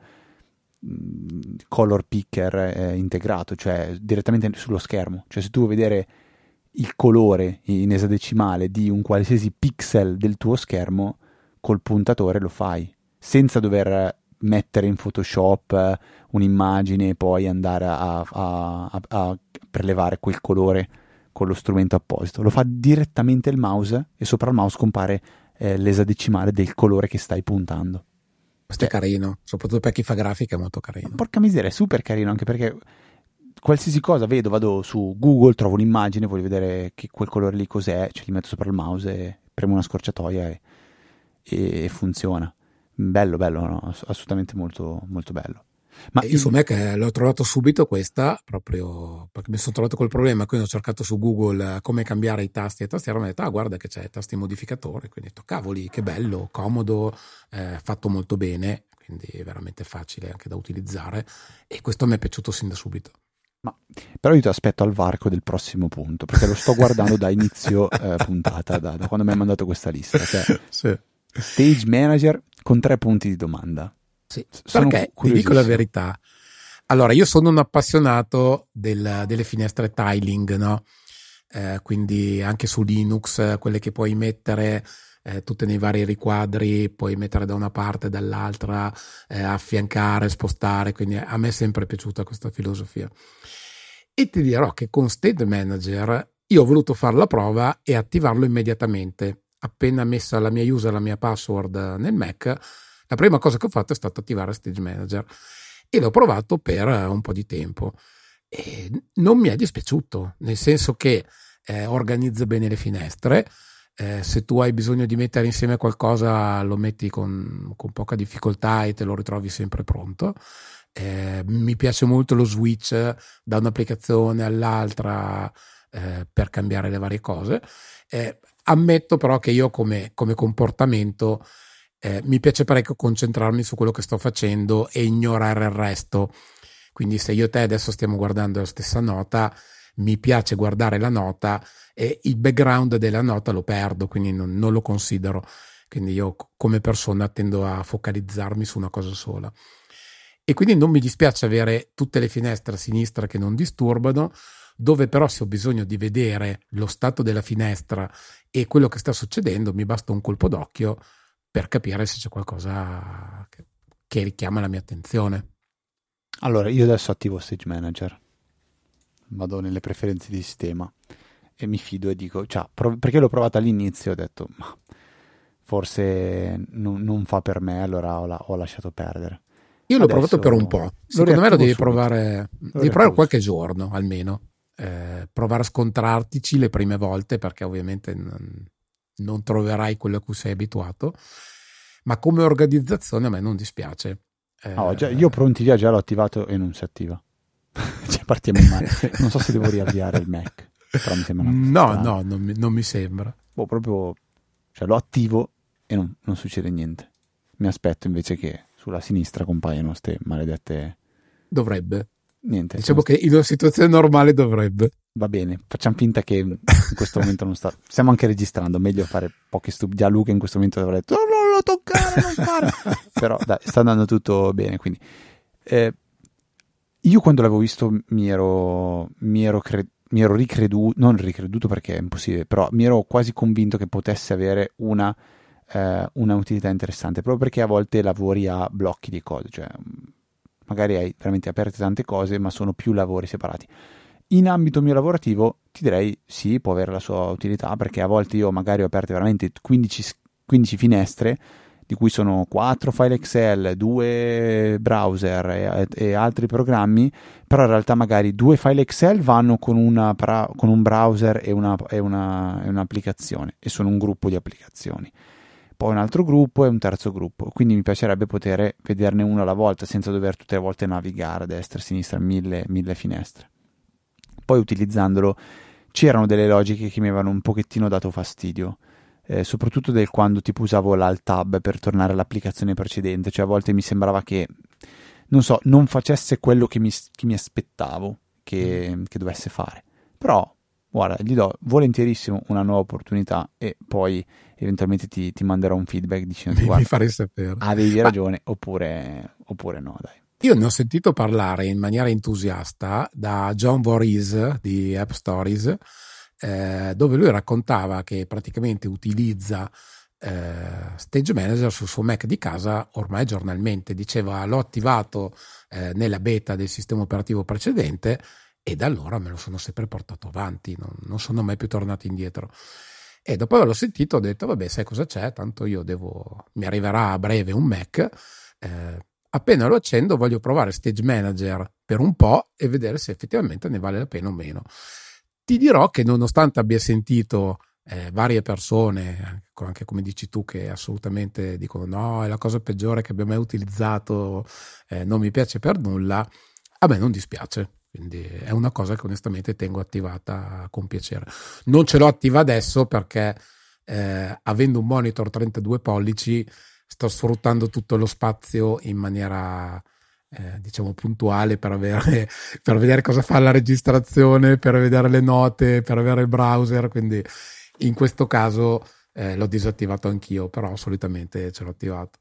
mh, color picker eh, integrato, cioè direttamente sullo schermo. Cioè se tu vuoi vedere il colore in esadecimale di un qualsiasi pixel del tuo schermo, col puntatore lo fai, senza dover mettere in Photoshop eh, un'immagine e poi andare a, a- a- a prelevare quel colore con lo strumento apposito. Lo fa direttamente il mouse e sopra il mouse compare eh, l'esadecimale del colore che stai puntando. Questo è Cioè, carino, soprattutto per chi fa grafica è molto carino. porca miseria, è super carino, anche perché qualsiasi cosa vedo, vado su Google, trovo un'immagine, voglio vedere che quel colore lì cos'è, ce li metto sopra il mouse e premo una scorciatoia e, e funziona. Bello, bello, no? Ass- assolutamente molto, molto bello. Ma E io su Mac eh, l'ho trovato subito questa, proprio perché mi sono trovato col problema, quindi ho cercato su Google eh, come cambiare i tasti e tastiera, mi ha detto, ah guarda che c'è i tasti modificatori, quindi ho detto, cavoli, che bello, comodo, eh, fatto molto bene, quindi veramente facile anche da utilizzare, e questo mi è piaciuto sin da subito. Ma, però io ti aspetto al varco del prossimo punto, perché lo sto guardando da inizio eh, puntata, da, da quando mi hai mandato questa lista. Cioè, Sì. Stage Manager con tre punti di domanda. Sì, Sono perché cu- ti dico la curiosissimo. verità. Allora, io sono un appassionato del- delle finestre tiling, no? Eh, quindi anche su Linux, eh, quelle che puoi mettere eh, tutte nei vari riquadri, puoi mettere da una parte e dall'altra, eh, affiancare, spostare, quindi a me è sempre piaciuta questa filosofia. E ti dirò che con Stage Manager io ho voluto fare la prova e attivarlo immediatamente. Appena messa la mia user, la mia password nel Mac, la prima cosa che ho fatto è stato attivare Stage Manager e l'ho provato per un po' di tempo e non mi è dispiaciuto, nel senso che eh, organizza bene le finestre, eh, se tu hai bisogno di mettere insieme qualcosa lo metti con, con poca difficoltà e te lo ritrovi sempre pronto. Eh, mi piace molto lo switch da un'applicazione all'altra eh, per cambiare le varie cose. Eh, ammetto però che io come, come comportamento eh, mi piace parecchio concentrarmi su quello che sto facendo e ignorare il resto. Quindi se io e te adesso stiamo guardando la stessa nota, mi piace guardare la nota e il background della nota lo perdo, quindi non, non lo considero. Quindi io come persona tendo a focalizzarmi su una cosa sola. E quindi non mi dispiace avere tutte le finestre a sinistra che non disturbano, dove però se ho bisogno di vedere lo stato della finestra e quello che sta succedendo, mi basta un colpo d'occhio per capire se c'è qualcosa che, che richiama la mia attenzione. Allora, io adesso attivo Stage Manager, vado nelle preferenze di sistema e mi fido e dico, cioè, prov- perché l'ho provato all'inizio, ho detto, ma forse non, non fa per me, allora ho, la- ho lasciato perdere. Io l'ho Adesso provato per un po', lo secondo me lo riattivo devi subito. provare, Lo devi riattivo provare qualche subito. giorno almeno, eh, provare a scontrartici le prime volte perché ovviamente non, non troverai quello a cui sei abituato, ma come organizzazione a me non dispiace. No, già, io Eh, pronti via già l'ho attivato e non si attiva. Cioè, partiamo male. Non so se devo riavviare il Mac, però mi sembra una cosa no, strana. no, non mi, non mi sembra. Boh, proprio, cioè, lo attivo e non, non succede niente. Mi aspetto invece che sulla sinistra compaiano ste maledette... Dovrebbe. Niente, Diciamo non- che in una situazione normale dovrebbe. va bene, facciamo finta che in questo momento non sta... Stiamo anche registrando, meglio fare pochi stupidi. Già Luca in questo momento avrà detto, "Oh, non lo toccare, non fare!" Però dai, sta andando tutto bene, quindi... Eh, io quando l'avevo visto mi ero, mi ero, cre- mi ero ricreduto, non ricreduto perché è impossibile, però mi ero quasi convinto che potesse avere una, eh, una utilità interessante, proprio perché a volte lavori a blocchi di cose, cioè magari hai veramente aperte tante cose, ma sono più lavori separati. In ambito mio lavorativo ti direi sì, può avere la sua utilità, perché a volte io magari ho aperte veramente quindici, quindici finestre, di cui sono quattro file Excel, due browser e, e altri programmi, però in realtà magari due file Excel vanno con, una, con un browser e, una, e, una, e un'applicazione, e sono un gruppo di applicazioni. Poi un altro gruppo e un terzo gruppo, quindi mi piacerebbe poter vederne uno alla volta senza dover tutte le volte navigare a destra e a sinistra mille, mille finestre. Poi utilizzandolo c'erano delle logiche che mi avevano un pochettino dato fastidio, eh, soprattutto del quando tipo usavo l'Alt Tab per tornare all'applicazione precedente, cioè a volte mi sembrava che, non so, non facesse quello che mi, che mi aspettavo che, mm. che dovesse fare. Però, guarda, gli do volentierissimo una nuova opportunità e poi eventualmente ti, ti manderò un feedback dicendo Mi, guarda, mi farei sapere. avevi Ma ragione oppure, oppure no, dai. io ne ho sentito parlare in maniera entusiasta da John Voorhees di App Stories, eh, dove lui raccontava che praticamente utilizza eh, Stage Manager sul suo Mac di casa ormai giornalmente. Diceva l'ho attivato eh, nella beta del sistema operativo precedente e da allora me lo sono sempre portato avanti, non, non sono mai più tornato indietro. E dopo averlo sentito ho detto vabbè, sai cosa c'è, tanto io devo, mi arriverà a breve un Mac, eh, appena lo accendo voglio provare Stage Manager per un po' e vedere se effettivamente ne vale la pena o meno. Ti dirò che nonostante abbia sentito eh, varie persone, anche come dici tu, che assolutamente dicono no, è la cosa peggiore che abbia mai utilizzato, eh, non mi piace per nulla, a me non dispiace. Quindi è una cosa che onestamente tengo attivata con piacere. Non ce l'ho attiva adesso perché eh, avendo un monitor trentadue pollici sto sfruttando tutto lo spazio in maniera eh, diciamo puntuale per avere per vedere cosa fa la registrazione, per vedere le note, per avere il browser, quindi in questo caso eh, l'ho disattivato anch'io, però solitamente ce l'ho attivato.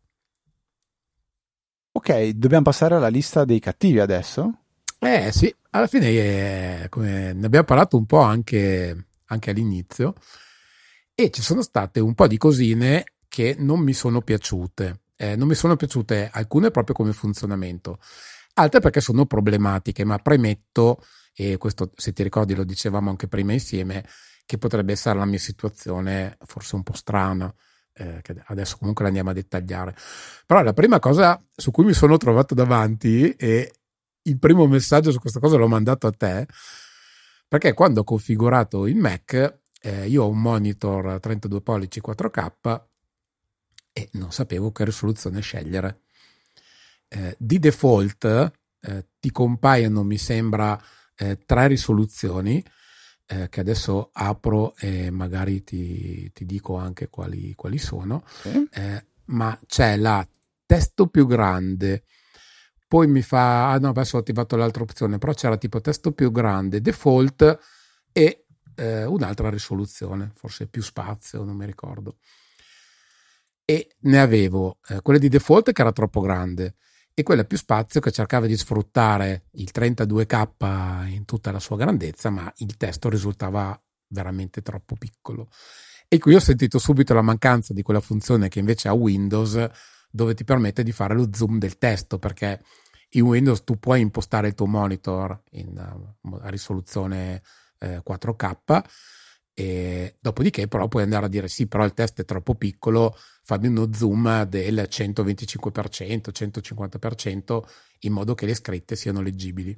Ok, dobbiamo passare alla lista dei cattivi adesso? Eh sì, alla fine eh, come ne abbiamo parlato un po' anche, anche all'inizio e ci sono state un po' di cosine che non mi sono piaciute. Eh, non mi sono piaciute alcune proprio come funzionamento, altre perché sono problematiche, ma premetto, e questo se ti ricordi lo dicevamo anche prima insieme, che potrebbe essere la mia situazione forse un po' strana, eh, che adesso comunque la andiamo a dettagliare. Però la prima cosa su cui mi sono trovato davanti, e il primo messaggio su questa cosa l'ho mandato a te, perché quando ho configurato il Mac, eh, io ho un monitor trentadue pollici quattro K e non sapevo che risoluzione scegliere. Eh, di default eh, ti compaiono, mi sembra, eh, tre risoluzioni eh, che adesso apro e magari ti, ti dico anche quali, quali sono, Sì. eh, ma c'è la testo più grande, poi mi fa, ah no, adesso ho attivato l'altra opzione, però c'era tipo testo più grande, default e eh, un'altra risoluzione, forse più spazio, non mi ricordo. E ne avevo eh, quella di default che era troppo grande e quella più spazio che cercava di sfruttare il trentadue K in tutta la sua grandezza, ma il testo risultava veramente troppo piccolo. E qui ho sentito subito la mancanza di quella funzione che invece ha Windows, dove ti permette di fare lo zoom del testo, perché in Windows tu puoi impostare il tuo monitor in uh, a risoluzione eh, quattro K E dopodiché però puoi andare a dire sì, però il test è troppo piccolo, fammi uno zoom del centoventicinque per cento, centocinquanta per cento, in modo che le scritte siano leggibili.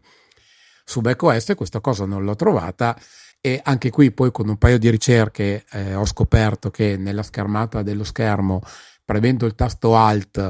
Su macOS questa cosa non l'ho trovata, e anche qui poi con un paio di ricerche eh, ho scoperto che nella schermata dello schermo, premendo il tasto Alt,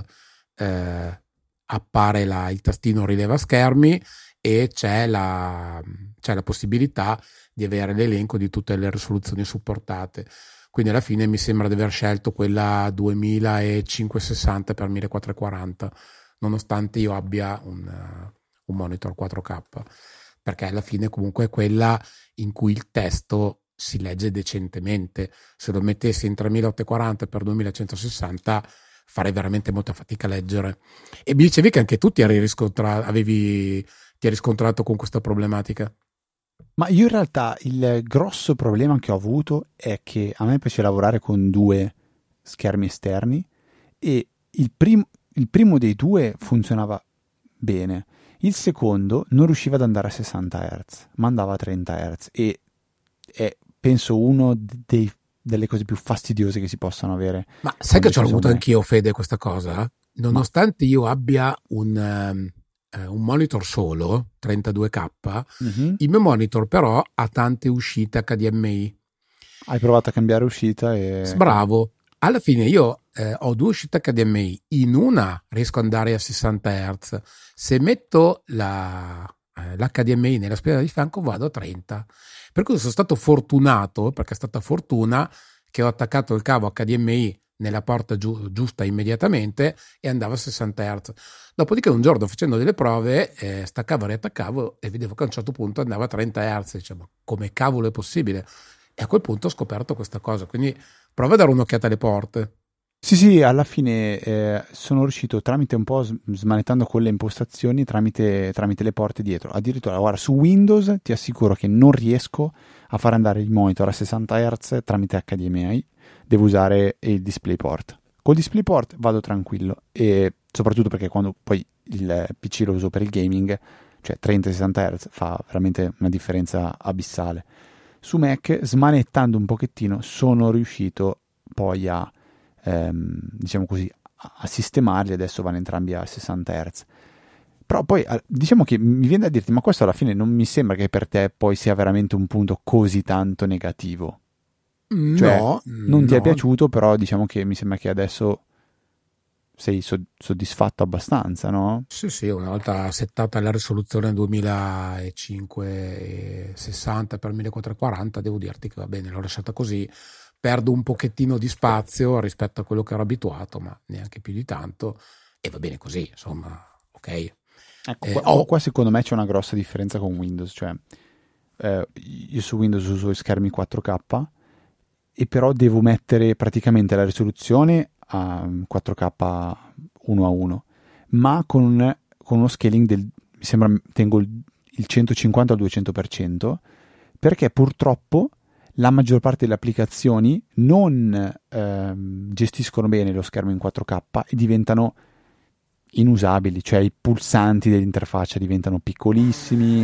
eh, appare la, il tastino rileva schermi, e c'è la, c'è la possibilità di avere l'elenco di tutte le risoluzioni supportate. Quindi alla fine mi sembra di aver scelto quella duemilacinquecentosessanta per millequattrocentoquaranta, nonostante io abbia un, un monitor quattro K, perché alla fine comunque è quella in cui il testo si legge decentemente. Se lo mettessi in tremilaottocentoquaranta per duemilacentosessanta farei veramente molta fatica a leggere. E mi dicevi che anche tu ti eri riscontrato, avevi, ti eri riscontrato con questa problematica. Ma io in realtà il grosso problema che ho avuto è che a me piace lavorare con due schermi esterni, e il, prim- il primo dei due funzionava bene, il secondo non riusciva ad andare a sessanta hertz, ma andava a trenta hertz, e è penso uno dei, delle cose più fastidiose che si possano avere. Ma sai che ci ho avuto anch'io, Fede, questa cosa? Nonostante ma... io abbia un... Um... un monitor solo trentadue K, mm-hmm. il mio monitor però ha tante uscite H D M I. Hai provato a cambiare uscita e... Bravo. Alla fine io eh, ho due uscite H D M I, in una riesco ad andare a sessanta hertz, se metto la, eh, l'H D M I nella spina di fianco vado a trenta, per cui sono stato fortunato, perché è stata fortuna che ho attaccato il cavo H D M I nella porta giu- giusta immediatamente e andava a sessanta hertz. Dopodiché un giorno facendo delle prove eh, staccavo e riattaccavo e vedevo che a un certo punto andava a trenta hertz, diciamo, come cavolo è possibile? E a quel punto ho scoperto questa cosa, quindi prova a dare un'occhiata alle porte. Sì, sì, alla fine eh, sono riuscito tramite un po' smanettando con le impostazioni, tramite, tramite le porte dietro. Addirittura, guarda, su Windows ti assicuro che non riesco a far andare il monitor a sessanta hertz tramite H D M I, devo usare il DisplayPort. Col DisplayPort vado tranquillo, e soprattutto perché quando poi il P C lo uso per il gaming, cioè trenta sessanta hertz fa veramente una differenza abissale. Su Mac, smanettando un pochettino, sono riuscito poi a ehm, diciamo così a sistemarli, adesso vanno entrambi a sessanta hertz. Però poi diciamo che mi viene da dirti, ma questo alla fine non mi sembra che per te poi sia veramente un punto così tanto negativo. Cioè, no, non no. ti è piaciuto, però diciamo che mi sembra che adesso sei soddisfatto abbastanza, no? Sì, sì, una volta settata la risoluzione duemilacinquecentosessanta per millequattrocentoquaranta, devo dirti che va bene, l'ho lasciata così. Perdo un pochettino di spazio rispetto a quello che ero abituato, ma neanche più di tanto, e va bene così, insomma, ok. Ecco, eh, qua, oh. qua secondo me c'è una grossa differenza con Windows, cioè eh, io su Windows uso i schermi quattro K, e però devo mettere praticamente la risoluzione a quattro K uno a uno, ma con, un, con uno scaling del, mi sembra, tengo il, il centocinquanta al duecento per cento, perché purtroppo la maggior parte delle applicazioni non ehm, gestiscono bene lo schermo in quattro K e diventano inusabili, cioè i pulsanti dell'interfaccia diventano piccolissimi,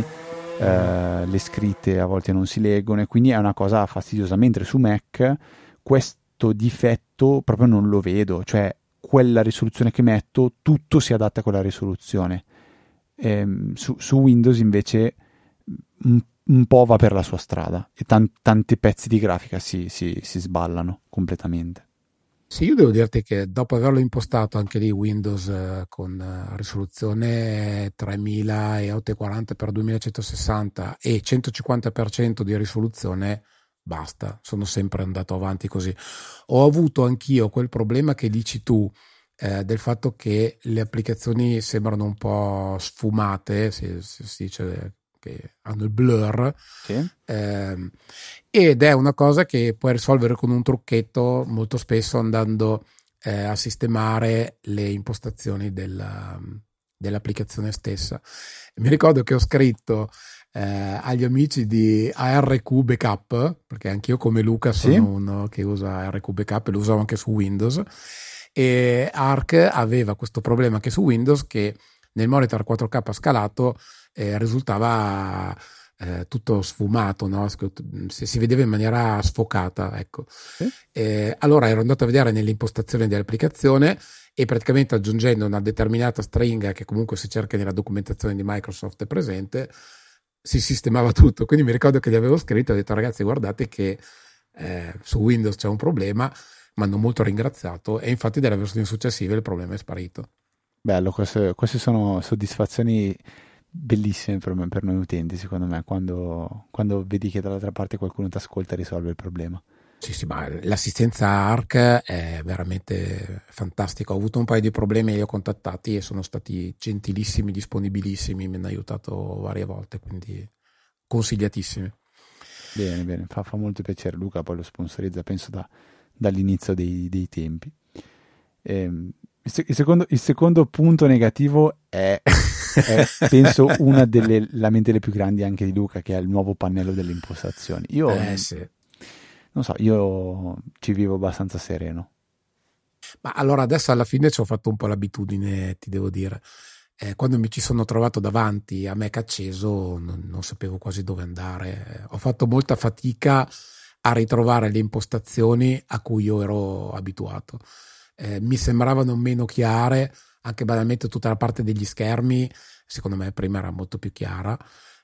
eh, le scritte a volte non si leggono, e quindi è una cosa fastidiosa, mentre su Mac questo difetto proprio non lo vedo, cioè quella risoluzione che metto tutto si adatta a quella risoluzione. Ehm, su, su Windows invece un, un po' va per la sua strada e tan- tanti pezzi di grafica si, si, si sballano completamente. Sì, io devo dirti che dopo averlo impostato anche lì Windows eh, con eh, risoluzione tremilaottocentoquaranta per duemilacentosessanta e centocinquanta per cento di risoluzione, basta, sono sempre andato avanti così. Ho avuto anch'io quel problema che dici tu, eh, del fatto che le applicazioni sembrano un po' sfumate, si, si, si dice che hanno il blur, sì. eh, ed è una cosa che puoi risolvere con un trucchetto, molto spesso andando eh, a sistemare le impostazioni della, dell'applicazione stessa. Mi ricordo che ho scritto eh, agli amici di A R Q Backup, perché anch'io come Luca sono sì. uno che usa A R Q Backup e lo usavo anche su Windows, e Arc aveva questo problema anche su Windows, che nel monitor quattro K scalato eh, risultava eh, tutto sfumato, no? Si, si vedeva in maniera sfocata, ecco. Sì. Eh, allora ero andato a vedere nelle impostazioni dell'applicazione e praticamente aggiungendo una determinata stringa che comunque si cerca nella documentazione di Microsoft è presente, si sistemava tutto. Quindi mi ricordo che gli avevo scritto e ho detto ragazzi guardate che eh, su Windows c'è un problema, mi hanno molto ringraziato e infatti dalle versioni successive il problema è sparito. Bello, queste, queste sono soddisfazioni bellissime per, me, per noi utenti, secondo me, quando, quando vedi che dall'altra parte qualcuno ti ascolta e risolve il problema. Sì, sì, ma l'assistenza A R C è veramente fantastica. Ho avuto un paio di problemi, li ho contattati e sono stati gentilissimi, disponibilissimi, mi hanno aiutato varie volte, quindi consigliatissimi. Bene, bene, fa, fa molto piacere. Luca poi lo sponsorizza, penso, da, dall'inizio dei, dei tempi. Ehm, il, se- il secondo, il secondo punto negativo è, è, penso, una delle lamentele più grandi anche di Luca, che è il nuovo pannello delle impostazioni. Io... Eh sì. Non so, io ci vivo abbastanza sereno. Ma allora adesso alla fine ci ho fatto un po' l'abitudine, ti devo dire. Eh, quando mi ci sono trovato davanti a Mac acceso non, non sapevo quasi dove andare. Ho fatto molta fatica a ritrovare le impostazioni a cui io ero abituato. Eh, mi sembravano meno chiare, anche banalmente tutta la parte degli schermi, secondo me prima era molto più chiara.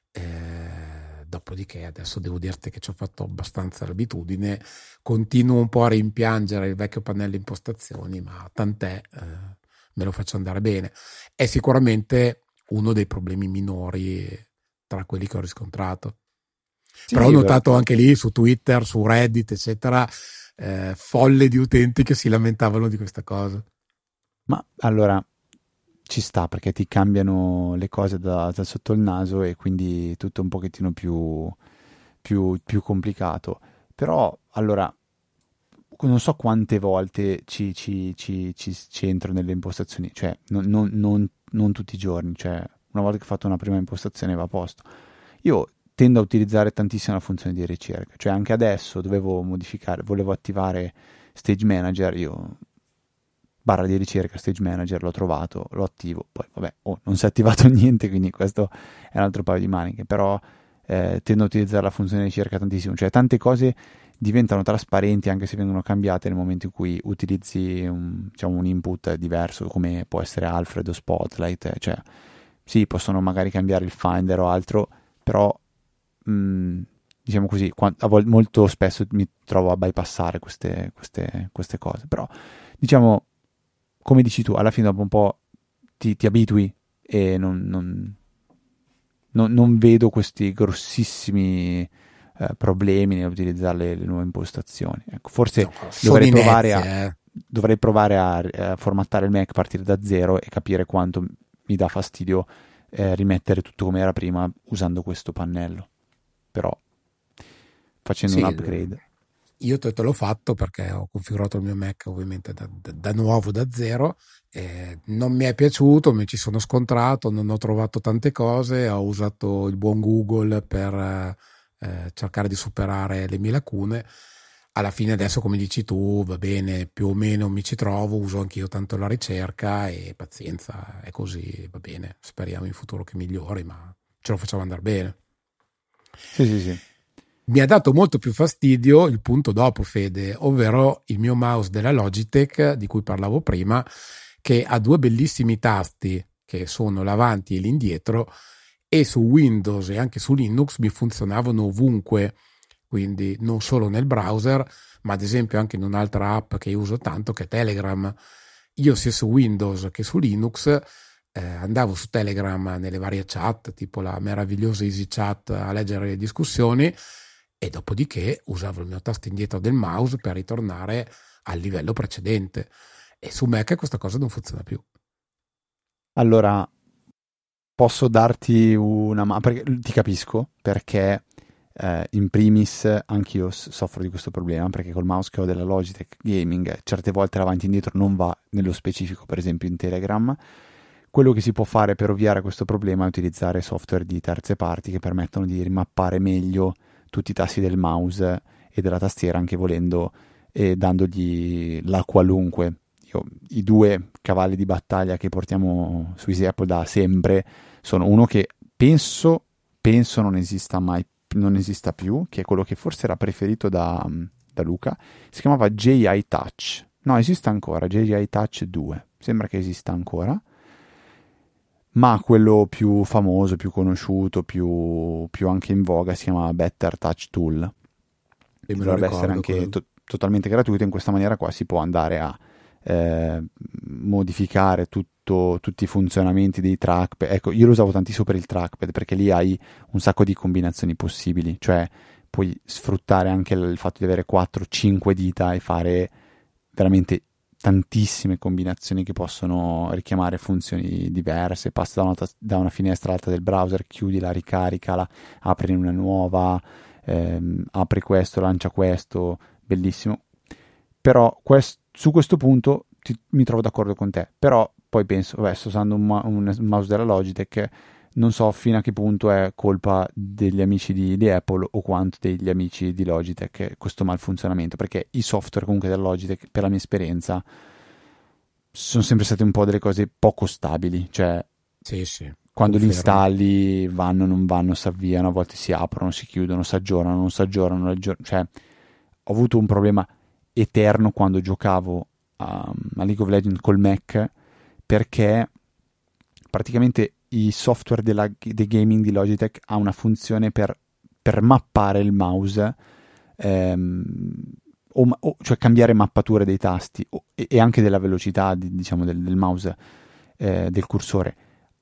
Eh, dopodiché adesso devo dirti che ci ho fatto abbastanza l'abitudine, continuo un po' a rimpiangere il vecchio pannello impostazioni, ma tant'è, eh, me lo faccio andare bene. È sicuramente uno dei problemi minori tra quelli che ho riscontrato. Sì, però ho notato anche lì su Twitter, su Reddit, eccetera, eh, folle di utenti che si lamentavano di questa cosa. Ma allora ci sta, perché ti cambiano le cose da, da sotto il naso e quindi tutto un pochettino più, più, più complicato. Però, allora, non so quante volte ci, ci, ci, ci, ci entro nelle impostazioni, cioè non, non, non, non tutti i giorni, cioè una volta che ho fatto una prima impostazione va a posto. Io tendo a utilizzare tantissimo la funzione di ricerca, cioè anche adesso dovevo modificare, volevo attivare Stage Manager, io... barra di ricerca Stage Manager, l'ho trovato, lo attivo, poi vabbè, oh, non si è attivato niente, quindi questo è un altro paio di maniche, però eh, tendo a utilizzare la funzione di ricerca tantissimo, cioè tante cose diventano trasparenti anche se vengono cambiate nel momento in cui utilizzi un, diciamo, un input diverso, come può essere Alfred o Spotlight, cioè sì, possono magari cambiare il Finder o altro, però mh, diciamo così, a volte, molto spesso mi trovo a bypassare queste, queste, queste cose, però diciamo come dici tu, alla fine dopo un po' ti, ti abitui e non, non, non, non vedo questi grossissimi eh, problemi nell'utilizzare le, le nuove impostazioni. Ecco, forse no, dovrei, inezie, provare a, eh. dovrei provare a, a formattare il Mac, partire da zero e capire quanto mi dà fastidio eh, rimettere tutto come era prima usando questo pannello. Però facendo sì, un upgrade. Io te, te l'ho fatto perché ho configurato il mio Mac ovviamente da, da, da nuovo, da zero, eh, non mi è piaciuto, mi ci sono scontrato, non ho trovato tante cose, ho usato il buon Google per eh, cercare di superare le mie lacune. Alla fine adesso, come dici tu, va bene, più o meno mi ci trovo, uso anch'io tanto la ricerca e pazienza, è così, va bene, speriamo in futuro che migliori, ma ce lo facciamo andare bene. Sì, sì, sì. Mi ha dato molto più fastidio il punto dopo, Fede, ovvero il mio mouse della Logitech di cui parlavo prima, che ha due bellissimi tasti che sono l'avanti e l'indietro e su Windows e anche su Linux mi funzionavano ovunque, quindi non solo nel browser, ma ad esempio anche in un'altra app che uso tanto che è Telegram. Io sia su Windows che su Linux eh, andavo su Telegram nelle varie chat, tipo la meravigliosa EasyChat, a leggere le discussioni, e dopodiché usavo il mio tasto indietro del mouse per ritornare al livello precedente. E su Mac questa cosa non funziona più. Allora, posso darti una mano, perché ti capisco, perché eh, in primis anch'io soffro di questo problema, perché col mouse che ho della Logitech Gaming certe volte l'avanti e indietro non va nello specifico, per esempio in Telegram. Quello che si può fare per ovviare a questo problema è utilizzare software di terze parti che permettono di rimappare meglio tutti i tasti del mouse e della tastiera, anche volendo, e dandogli la qualunque. Io, i due cavalli di battaglia che portiamo su Easy Apple da sempre sono uno che penso penso non esista mai, non esista più, che è quello che forse era preferito da, da Luca, si chiamava J I Touch. No, esiste ancora, J I Touch due, sembra che esista ancora, ma quello più famoso, più conosciuto, più, più anche in voga si chiama Better Touch Tool. E me lo Dovrebbe ricordo, essere anche quello. to- totalmente gratuito. In questa maniera qua si può andare a eh, modificare tutto, tutti i funzionamenti dei trackpad. Ecco, io lo usavo tantissimo per il trackpad perché lì hai un sacco di combinazioni possibili, cioè puoi sfruttare anche il fatto di avere quattro cinque dita e fare veramente tantissime combinazioni che possono richiamare funzioni diverse. Passi da una, tas- da una finestra all'altra del browser, chiudila, ricaricala, apri una nuova, ehm, apri questo, lancia questo, bellissimo. Però quest- su questo punto ti- mi trovo d'accordo con te, però poi penso, vabbè, sto usando un, ma- un mouse della Logitech, non so fino a che punto è colpa degli amici di, di Apple o quanto degli amici di Logitech questo malfunzionamento, perché i software comunque della Logitech, per la mia esperienza, sono sempre state un po' delle cose poco stabili, cioè Sì, sì, quando li confermo. installi vanno, non vanno, si avviano, a volte si aprono, si chiudono, si aggiornano, non si aggiornano, aggior- cioè ho avuto un problema eterno quando giocavo a, a League of Legends col Mac, perché praticamente i software della, dei gaming di Logitech ha una funzione per, per mappare il mouse, ehm, o, o- cioè cambiare mappature dei tasti o- e, e anche della velocità di- diciamo del, del mouse, eh, del cursore,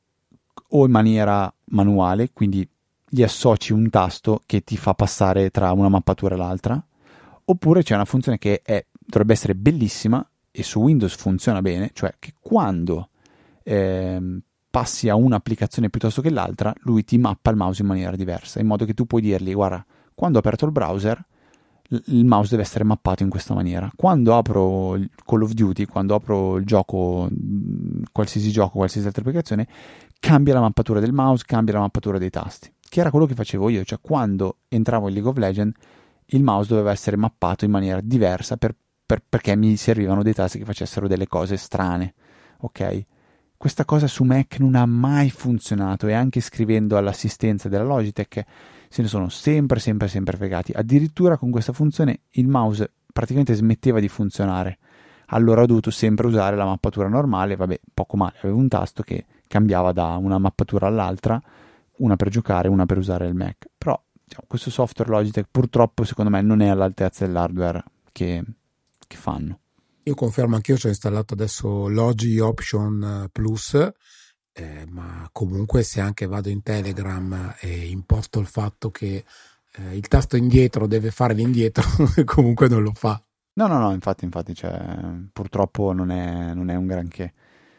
o in maniera manuale, quindi gli associ un tasto che ti fa passare tra una mappatura e l'altra, oppure c'è una funzione che è, dovrebbe essere bellissima e su Windows funziona bene, cioè che quando ehm, passi a un'applicazione piuttosto che l'altra, lui ti mappa il mouse in maniera diversa, in modo che tu puoi dirgli: guarda, quando ho aperto il browser l- il mouse deve essere mappato in questa maniera, quando apro il Call of Duty, quando apro il gioco, mh, qualsiasi gioco, qualsiasi altra applicazione, cambia la mappatura del mouse, cambia la mappatura dei tasti, che era quello che facevo io, cioè quando entravo in League of Legends il mouse doveva essere mappato in maniera diversa per, per- perché mi servivano dei tasti che facessero delle cose strane, ok? Questa cosa su Mac non ha mai funzionato, e anche scrivendo all'assistenza della Logitech se ne sono sempre sempre sempre fregati. Addirittura con questa funzione il mouse praticamente smetteva di funzionare, allora ho dovuto sempre usare la mappatura normale. Vabbè, poco male, avevo un tasto che cambiava da una mappatura all'altra, una per giocare, una per usare il Mac. Però diciamo, questo software Logitech purtroppo secondo me non è all'altezza dell'hardware che, che fanno. Io confermo, anch'io ci ho installato adesso Logi Option Plus, eh, ma comunque se anche vado in Telegram e imposto il fatto che eh, il tasto indietro deve fare l'indietro, comunque non lo fa. No, no, no, infatti, infatti, cioè, purtroppo non è, non è un granché,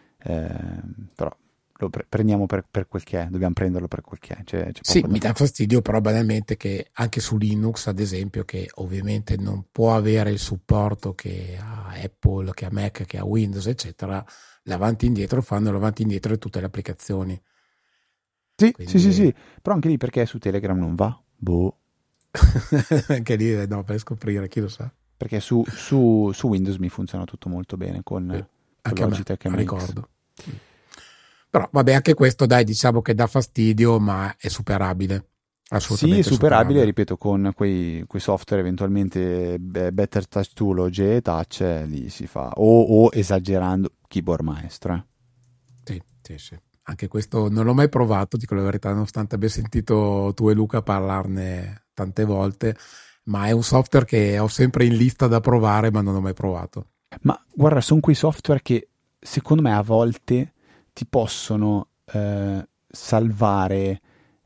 eh, però lo pre- prendiamo per, per quel che è, dobbiamo prenderlo per quel che è, c'è, c'è Sì, poco da mi dà fare. fastidio però banalmente che anche su Linux, ad esempio, che ovviamente non può avere il supporto che ha Apple, che ha Mac, che ha Windows, eccetera, l'avanti e indietro fanno l'avanti e indietro di tutte le applicazioni. Sì, sì, sì, Quindi sì, però anche lì perché su Telegram non va? Boh, anche lì no, per scoprire, chi lo sa. perché su, su, su Windows mi funziona tutto molto bene con, Sì, con anche a me, Logitech lo M X. ricordo. Però vabbè, anche questo dai, diciamo che dà fastidio, ma è superabile. Sì, è Assolutamente superabile, superabile. ripeto, con quei, quei software eventualmente beh, Better Touch Tool o J Touch, eh, lì si fa, o, o esagerando, keyboard maestro. Eh. Sì, sì, sì. Anche questo non l'ho mai provato, dico la verità, nonostante abbia sentito tu e Luca parlarne tante volte, ma è un software che ho sempre in lista da provare, ma non ho mai provato. Ma guarda, sono quei software che secondo me a volte ti possono eh, salvare,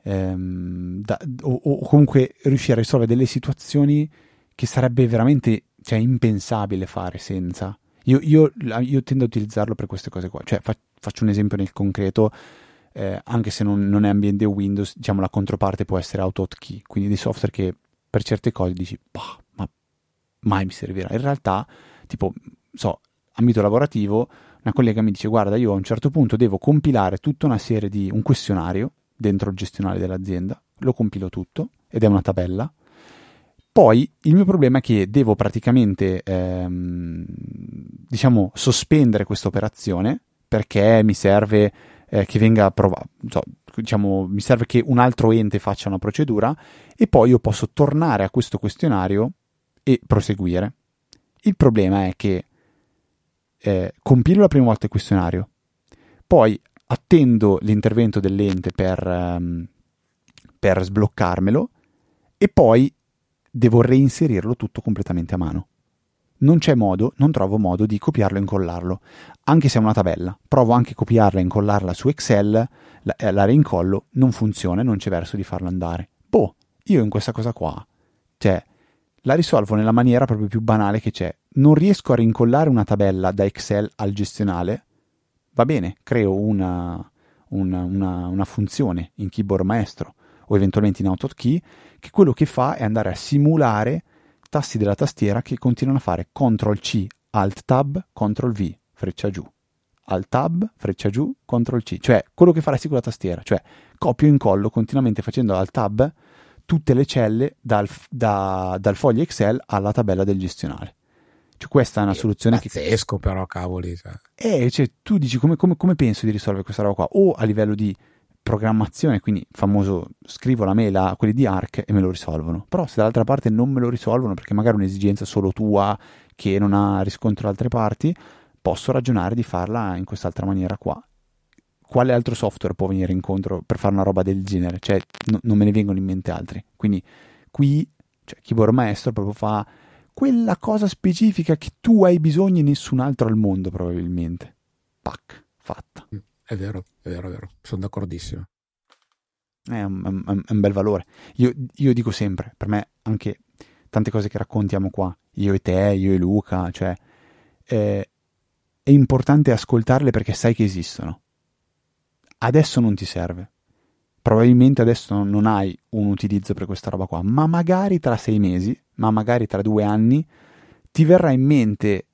ehm, da- o, o comunque riuscire a risolvere delle situazioni che sarebbe veramente, cioè, impensabile fare senza. Io, io- la- io tendo a utilizzarlo per queste cose qua. Cioè, fa- faccio un esempio nel concreto, eh, anche se non, non è ambiente Windows, diciamo la controparte può essere AutoHotkey, quindi dei software che per certe cose dici, "Bah, ma mai mi servirà." In realtà, tipo, so, ambito lavorativo, una collega mi dice: guarda, io a un certo punto devo compilare tutta una serie di un questionario dentro il gestionale dell'azienda, lo compilo tutto ed è una tabella. Poi il mio problema è che devo praticamente, ehm, diciamo, sospendere questa operazione perché mi serve eh, che venga approvato, so, diciamo, mi serve che un altro ente faccia una procedura e poi io posso tornare a questo questionario e proseguire. Il problema è che eh, compilo la prima volta il questionario, poi attendo l'intervento dell'ente per, um, per sbloccarmelo e poi devo reinserirlo tutto completamente a mano. Non c'è modo, non trovo modo di copiarlo e incollarlo. Anche se è una tabella, provo anche a copiarla e incollarla su Excel, la, la reincollo, non funziona, non c'è verso di farlo andare. Boh, io in questa cosa qua, cioè, la risolvo nella maniera proprio più banale che c'è. Non riesco a rincollare una tabella da Excel al gestionale, va bene, creo una, una, una, una funzione in Keyboard Maestro o eventualmente in AutoKey, che quello che fa è andare a simulare tasti della tastiera che continuano a fare control C, alt tab, control V, freccia giù, alt tab, freccia giù, control C, cioè quello che faresti con la tastiera, cioè copio e incollo continuamente facendo alt tab tutte le celle dal, da, dal foglio Excel alla tabella del gestionale. Cioè, questa è una soluzione pazzesco, che... Pazzesco però, cavoli. Cioè. Eh, cioè, tu dici come, come, come penso di risolvere questa roba qua? O a livello di programmazione, quindi famoso, scrivo la mail a quelli di Arc e me lo risolvono. Però se dall'altra parte non me lo risolvono perché magari è un'esigenza solo tua che non ha riscontro da altre parti, posso ragionare di farla in quest'altra maniera qua. Quale altro software può venire incontro per fare una roba del genere? Cioè, no, non me ne vengono in mente altri. Quindi qui, cioè, Keyboard Maestro proprio fa quella cosa specifica che tu hai bisogno e nessun altro al mondo probabilmente. Pac, fatta. È vero, è vero, è vero, sono d'accordissimo. È un, un, un bel valore. Io, io dico sempre, per me anche tante cose che raccontiamo qua, io e te, io e Luca, cioè eh, è importante ascoltarle perché sai che esistono. Adesso non ti serve. Probabilmente adesso non hai un utilizzo per questa roba qua, ma magari tra sei mesi, ma magari tra due anni, ti verrà in mente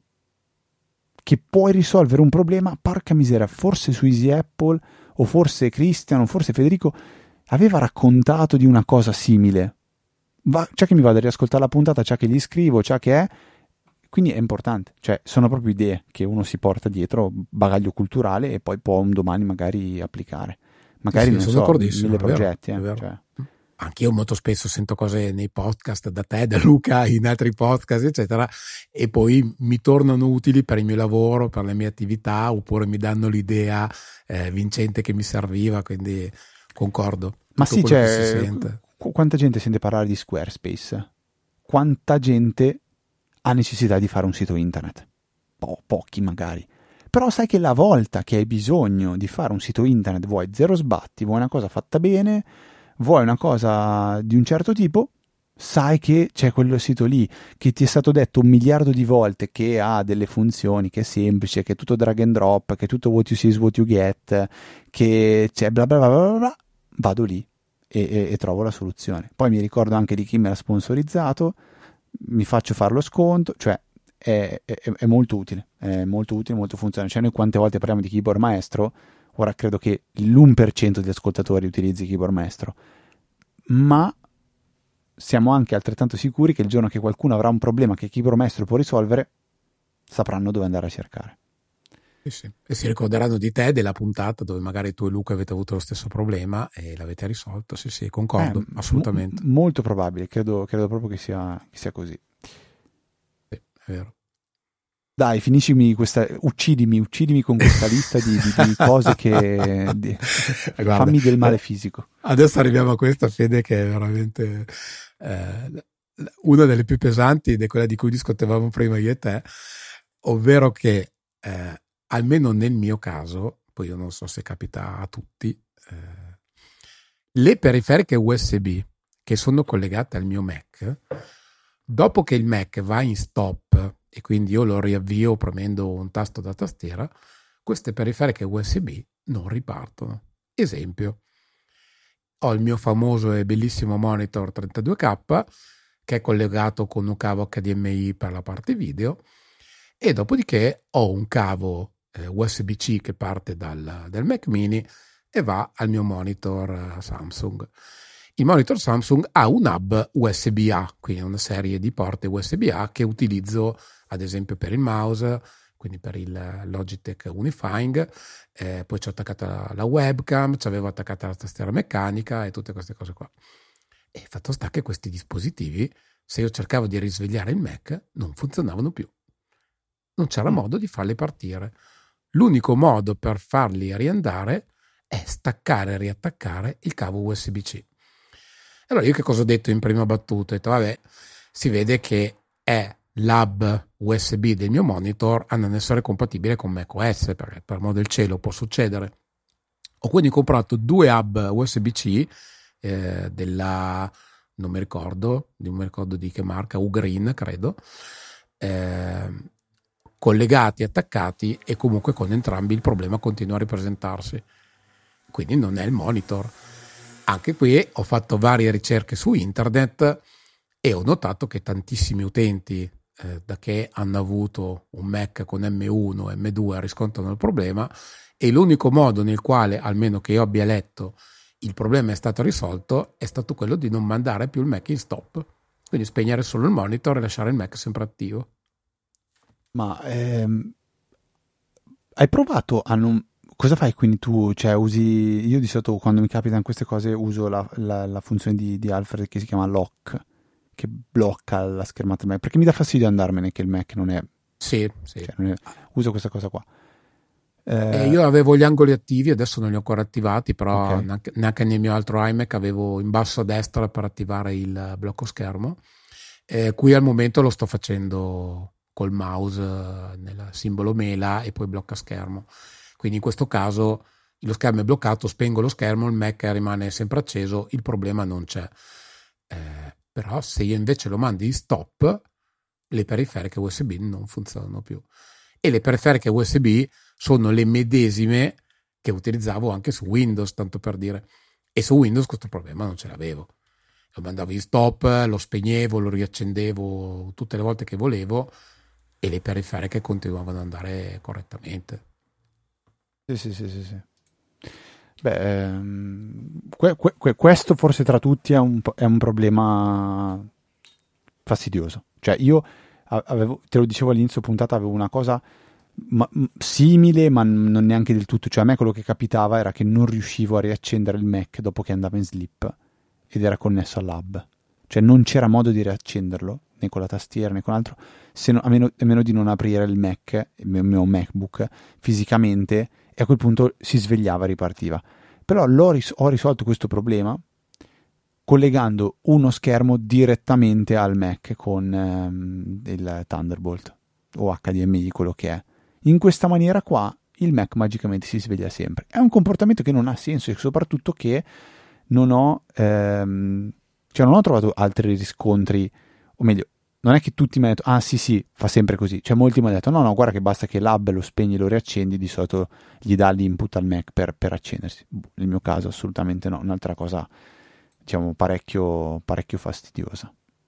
che puoi risolvere un problema, porca miseria, forse su Easy Apple, o forse Cristian, o forse Federico aveva raccontato di una cosa simile. Va, c'è che mi vado a riascoltare la puntata, c'è che gli scrivo, c'è che è... Quindi è importante, cioè sono proprio idee che uno si porta dietro, bagaglio culturale, e poi può un domani magari applicare. Magari, sì, non so, mille progetti. Vero, eh, cioè. Anch'io molto spesso sento cose nei podcast da te, da Luca, in altri podcast, eccetera, e poi mi tornano utili per il mio lavoro, per le mie attività, oppure mi danno l'idea eh, vincente che mi serviva, quindi concordo. Ma sì, cioè, qu- quanta gente sente parlare di Squarespace? Quanta gente ha necessità di fare un sito internet? Po- pochi magari. Però sai che la volta che hai bisogno di fare un sito internet vuoi zero sbatti, vuoi una cosa fatta bene, vuoi una cosa di un certo tipo, sai che c'è quel sito lì che ti è stato detto un miliardo di volte che ha delle funzioni, che è semplice, che è tutto drag and drop, che è tutto what you see is what you get, che c'è bla bla bla bla bla, vado lì e, e, e trovo la soluzione. Poi mi ricordo anche di chi me l'ha sponsorizzato, mi faccio fare lo sconto, cioè è, è, è molto utile, è molto utile, molto funzionale. Cioè noi quante volte parliamo di Keyboard Maestro, ora credo che l'uno per cento degli ascoltatori utilizzi Keyboard Maestro, ma siamo anche altrettanto sicuri che il giorno che qualcuno avrà un problema che Keyboard Maestro può risolvere, sapranno dove andare a cercare. Sì, sì. E si ricorderanno di te, della puntata dove magari tu e Luca avete avuto lo stesso problema e l'avete risolto. Sì, sì, concordo, eh, assolutamente. M- molto probabile, credo, credo proprio che sia, che sia così. Sì, è vero. Dai, finiscimi questa, uccidimi, uccidimi con questa lista di, di, di cose che di, Guarda, fammi del male fisico. Adesso arriviamo a questa, Fede, che è veramente eh, una delle più pesanti ed è quella di cui discutevamo prima io e te, ovvero che eh, almeno nel mio caso, poi io non so se capita a tutti, eh, le periferiche U S B che sono collegate al mio Mac, dopo che il Mac va in stop e quindi io lo riavvio premendo un tasto da tastiera, queste periferiche U S B non ripartono. Esempio, ho il mio famoso e bellissimo monitor trentadue K che è collegato con un cavo H D M I per la parte video e dopodiché ho un cavo eh, U S B C che parte dal, dal Mac mini e va al mio monitor uh, Samsung. Il monitor Samsung ha un hub U S B A, quindi una serie di porte U S B A che utilizzo ad esempio per il mouse, quindi per il Logitech Unifying, eh, poi ci ho attaccata la webcam, ci avevo attaccata la tastiera meccanica e tutte queste cose qua. E fatto sta che questi dispositivi, se io cercavo di risvegliare il Mac, non funzionavano più. Non c'era Mm. modo di farli partire. L'unico modo per farli riandare è staccare e riattaccare il cavo U S B-C. Allora io che cosa ho detto in prima battuta? Ho detto, vabbè, si vede che è l'hub U S B del mio monitor a non essere compatibile con macOS, perché per amor del cielo può succedere. Ho quindi comprato due hub U S B-C eh, della, non mi ricordo, non mi ricordo di che marca, Ugreen credo, eh, collegati, attaccati, e comunque con entrambi il problema continua a ripresentarsi. Quindi non è il monitor. Anche qui ho fatto varie ricerche su internet e ho notato che tantissimi utenti eh, da che hanno avuto un Mac con M uno, M due riscontrano il problema, e l'unico modo nel quale, almeno che io abbia letto, il problema è stato risolto è stato quello di non mandare più il Mac in stop, quindi spegnere solo il monitor e lasciare il Mac sempre attivo. Ma ehm, hai provato a non... Cosa fai quindi tu? Cioè usi... Io di solito quando mi capitano queste cose uso la, la- la funzione di, di Alfred che si chiama lock, che blocca la schermata Mac, perché mi dà fastidio andarmene che il Mac non è... Sì, sì. Cioè, non è- uso questa cosa qua. Eh, Eh, io avevo gli angoli attivi, adesso non li ho ancora attivati, però ok. neanche, neanche nel mio altro iMac avevo in basso a destra per attivare il blocco schermo. Eh, qui al momento lo sto facendo col mouse eh, nel simbolo mela e poi blocca schermo. Quindi in questo caso lo schermo è bloccato, spengo lo schermo, il Mac rimane sempre acceso, il problema non c'è. Eh, però se io invece lo mando in stop, le periferiche U S B non funzionano più. E le periferiche U S B sono le medesime che utilizzavo anche su Windows, tanto per dire. E su Windows questo problema non ce l'avevo. Lo mandavo in stop, lo spegnevo, lo riaccendevo tutte le volte che volevo e le periferiche continuavano ad andare correttamente. Sì, sì, sì, sì, sì. Beh, ehm, que- que- que- questo forse tra tutti è un, po- è un problema fastidioso. Cioè io a- avevo, te lo dicevo all'inizio puntata, avevo una cosa ma- m- simile, ma n- non neanche del tutto. Cioè a me quello che capitava era che non riuscivo a riaccendere il Mac dopo che andava in sleep ed era connesso all'hub. Cioè non c'era modo di riaccenderlo, né con la tastiera né con altro, se no- a, meno, a meno di non aprire il Mac, il mio, mio MacBook, fisicamente, e a quel punto si svegliava e ripartiva. Però l'ho ris- ho risolto questo problema collegando uno schermo direttamente al Mac con ehm, il Thunderbolt o H D M I, quello che è. In questa maniera qua il Mac magicamente si sveglia sempre. È un comportamento che non ha senso e soprattutto che non ho, ehm, cioè non ho trovato altri riscontri, o meglio, non è che tutti mi hanno detto, ah sì sì, fa sempre così. Cioè molti mi hanno detto, no no, guarda che basta che l'hub lo spegni e lo riaccendi, di solito gli dà l'input al Mac per, per accendersi. Nel mio caso assolutamente no, un'altra cosa diciamo parecchio, parecchio fastidiosa.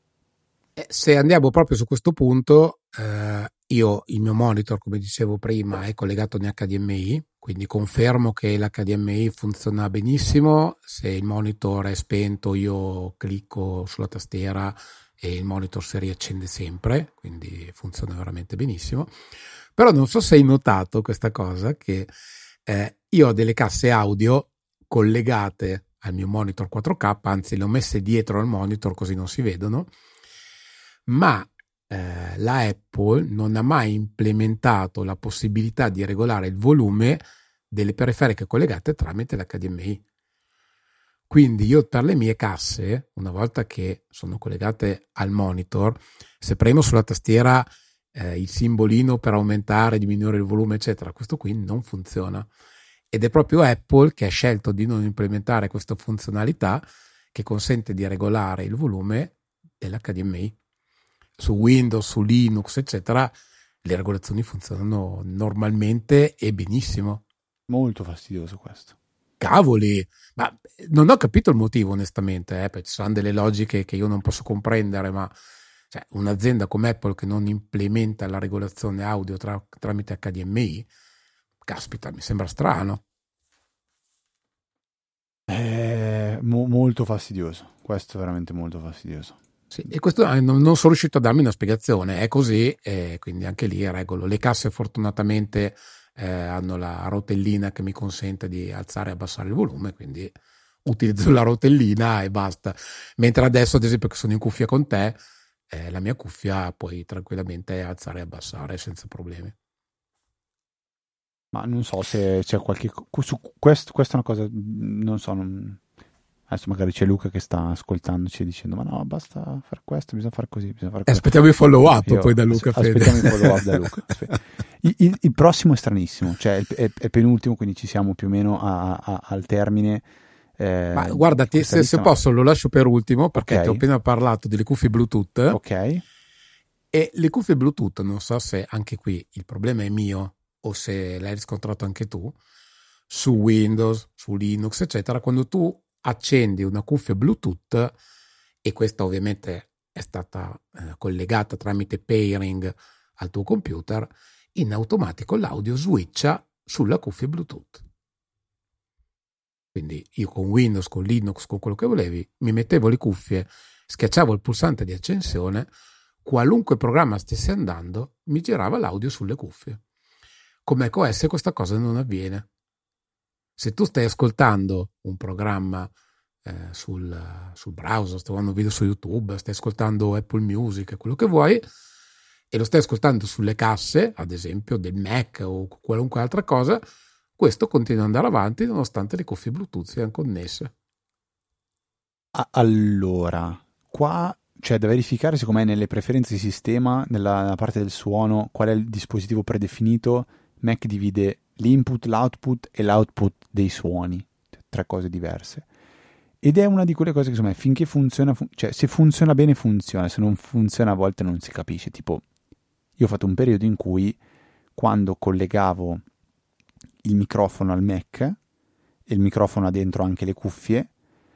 Eh, Se andiamo proprio su questo punto, eh, io il mio monitor, come dicevo prima, è collegato in H D M I, quindi confermo che l'H D M I funziona benissimo. Se il monitor è spento, io clicco sulla tastiera e il monitor si riaccende sempre, quindi funziona veramente benissimo. Però non so se hai notato questa cosa, che eh, io ho delle casse audio collegate al mio monitor quattro K, anzi le ho messe dietro al monitor così non si vedono, ma eh, la Apple non ha mai implementato la possibilità di regolare il volume delle periferiche collegate tramite l'H D M I. Quindi io per le mie casse, una volta che sono collegate al monitor, se premo sulla tastiera eh, il simbolino per aumentare, diminuire il volume, eccetera, questo qui non funziona. Ed è proprio Apple che ha scelto di non implementare questa funzionalità che consente di regolare il volume dell'H D M I. Su Windows, su Linux, eccetera, le regolazioni funzionano normalmente e benissimo. Molto fastidioso questo. Cavoli, ma non ho capito il motivo onestamente, eh, perché ci saranno delle logiche che io non posso comprendere, ma cioè, un'azienda come Apple che non implementa la regolazione audio tra, tramite H D M I, caspita, mi sembra strano. È mo- molto fastidioso. Questo è veramente molto fastidioso. Sì, e questo eh, non, non sono riuscito a darmi una spiegazione, è così, e quindi anche lì regolo. Le casse fortunatamente eh, hanno la rotellina che mi consente di alzare e abbassare il volume, quindi utilizzo la rotellina e basta. Mentre adesso, ad esempio, che sono in cuffia con te, eh, la mia cuffia puoi tranquillamente alzare e abbassare senza problemi. Ma non so se c'è qualche... Su questo, questa è una cosa, non so, non... Adesso magari c'è Luca che sta ascoltandoci dicendo ma no, basta fare questo, bisogna fare così, bisogna fare E questo. aspettiamo i follow up Io, poi da Luca. as- aspettiamo i follow up da Luca. Il, il, il prossimo è stranissimo, cioè è, è, è penultimo, quindi ci siamo più o meno a, a, al termine. Eh, Ma guarda, ti, se, lista, se posso lo lascio per ultimo perché okay. ti ho appena parlato delle cuffie Bluetooth. Ok. E le cuffie Bluetooth, non so se anche qui il problema è mio o se l'hai riscontrato anche tu, su Windows, su Linux, eccetera, quando tu accendi una cuffia Bluetooth, e questa ovviamente è stata eh, collegata tramite pairing al tuo computer, in automatico l'audio switcha sulla cuffia Bluetooth. Quindi io con Windows, con Linux, con quello che volevi, mi mettevo le cuffie, schiacciavo il pulsante di accensione, qualunque programma stesse andando, mi girava l'audio sulle cuffie. Con macOS questa cosa non avviene. Se tu stai ascoltando un programma eh, sul, sul browser, stai guardando un video su YouTube, stai ascoltando Apple Music, quello che vuoi, e lo stai ascoltando sulle casse, ad esempio del Mac o qualunque altra cosa, questo continua ad andare avanti nonostante le cuffie Bluetooth siano connesse. Allora, qua c'è da verificare secondo me nelle preferenze di sistema, nella, nella parte del suono, qual è il dispositivo predefinito. Mac divide l'input, l'output e l'output dei suoni, tre cose diverse. Ed è una di quelle cose che secondo me finché funziona, fun- cioè se funziona bene funziona, se non funziona a volte non si capisce. Tipo, io ho fatto un periodo in cui quando collegavo il microfono al Mac e il microfono ha dentro anche le cuffie,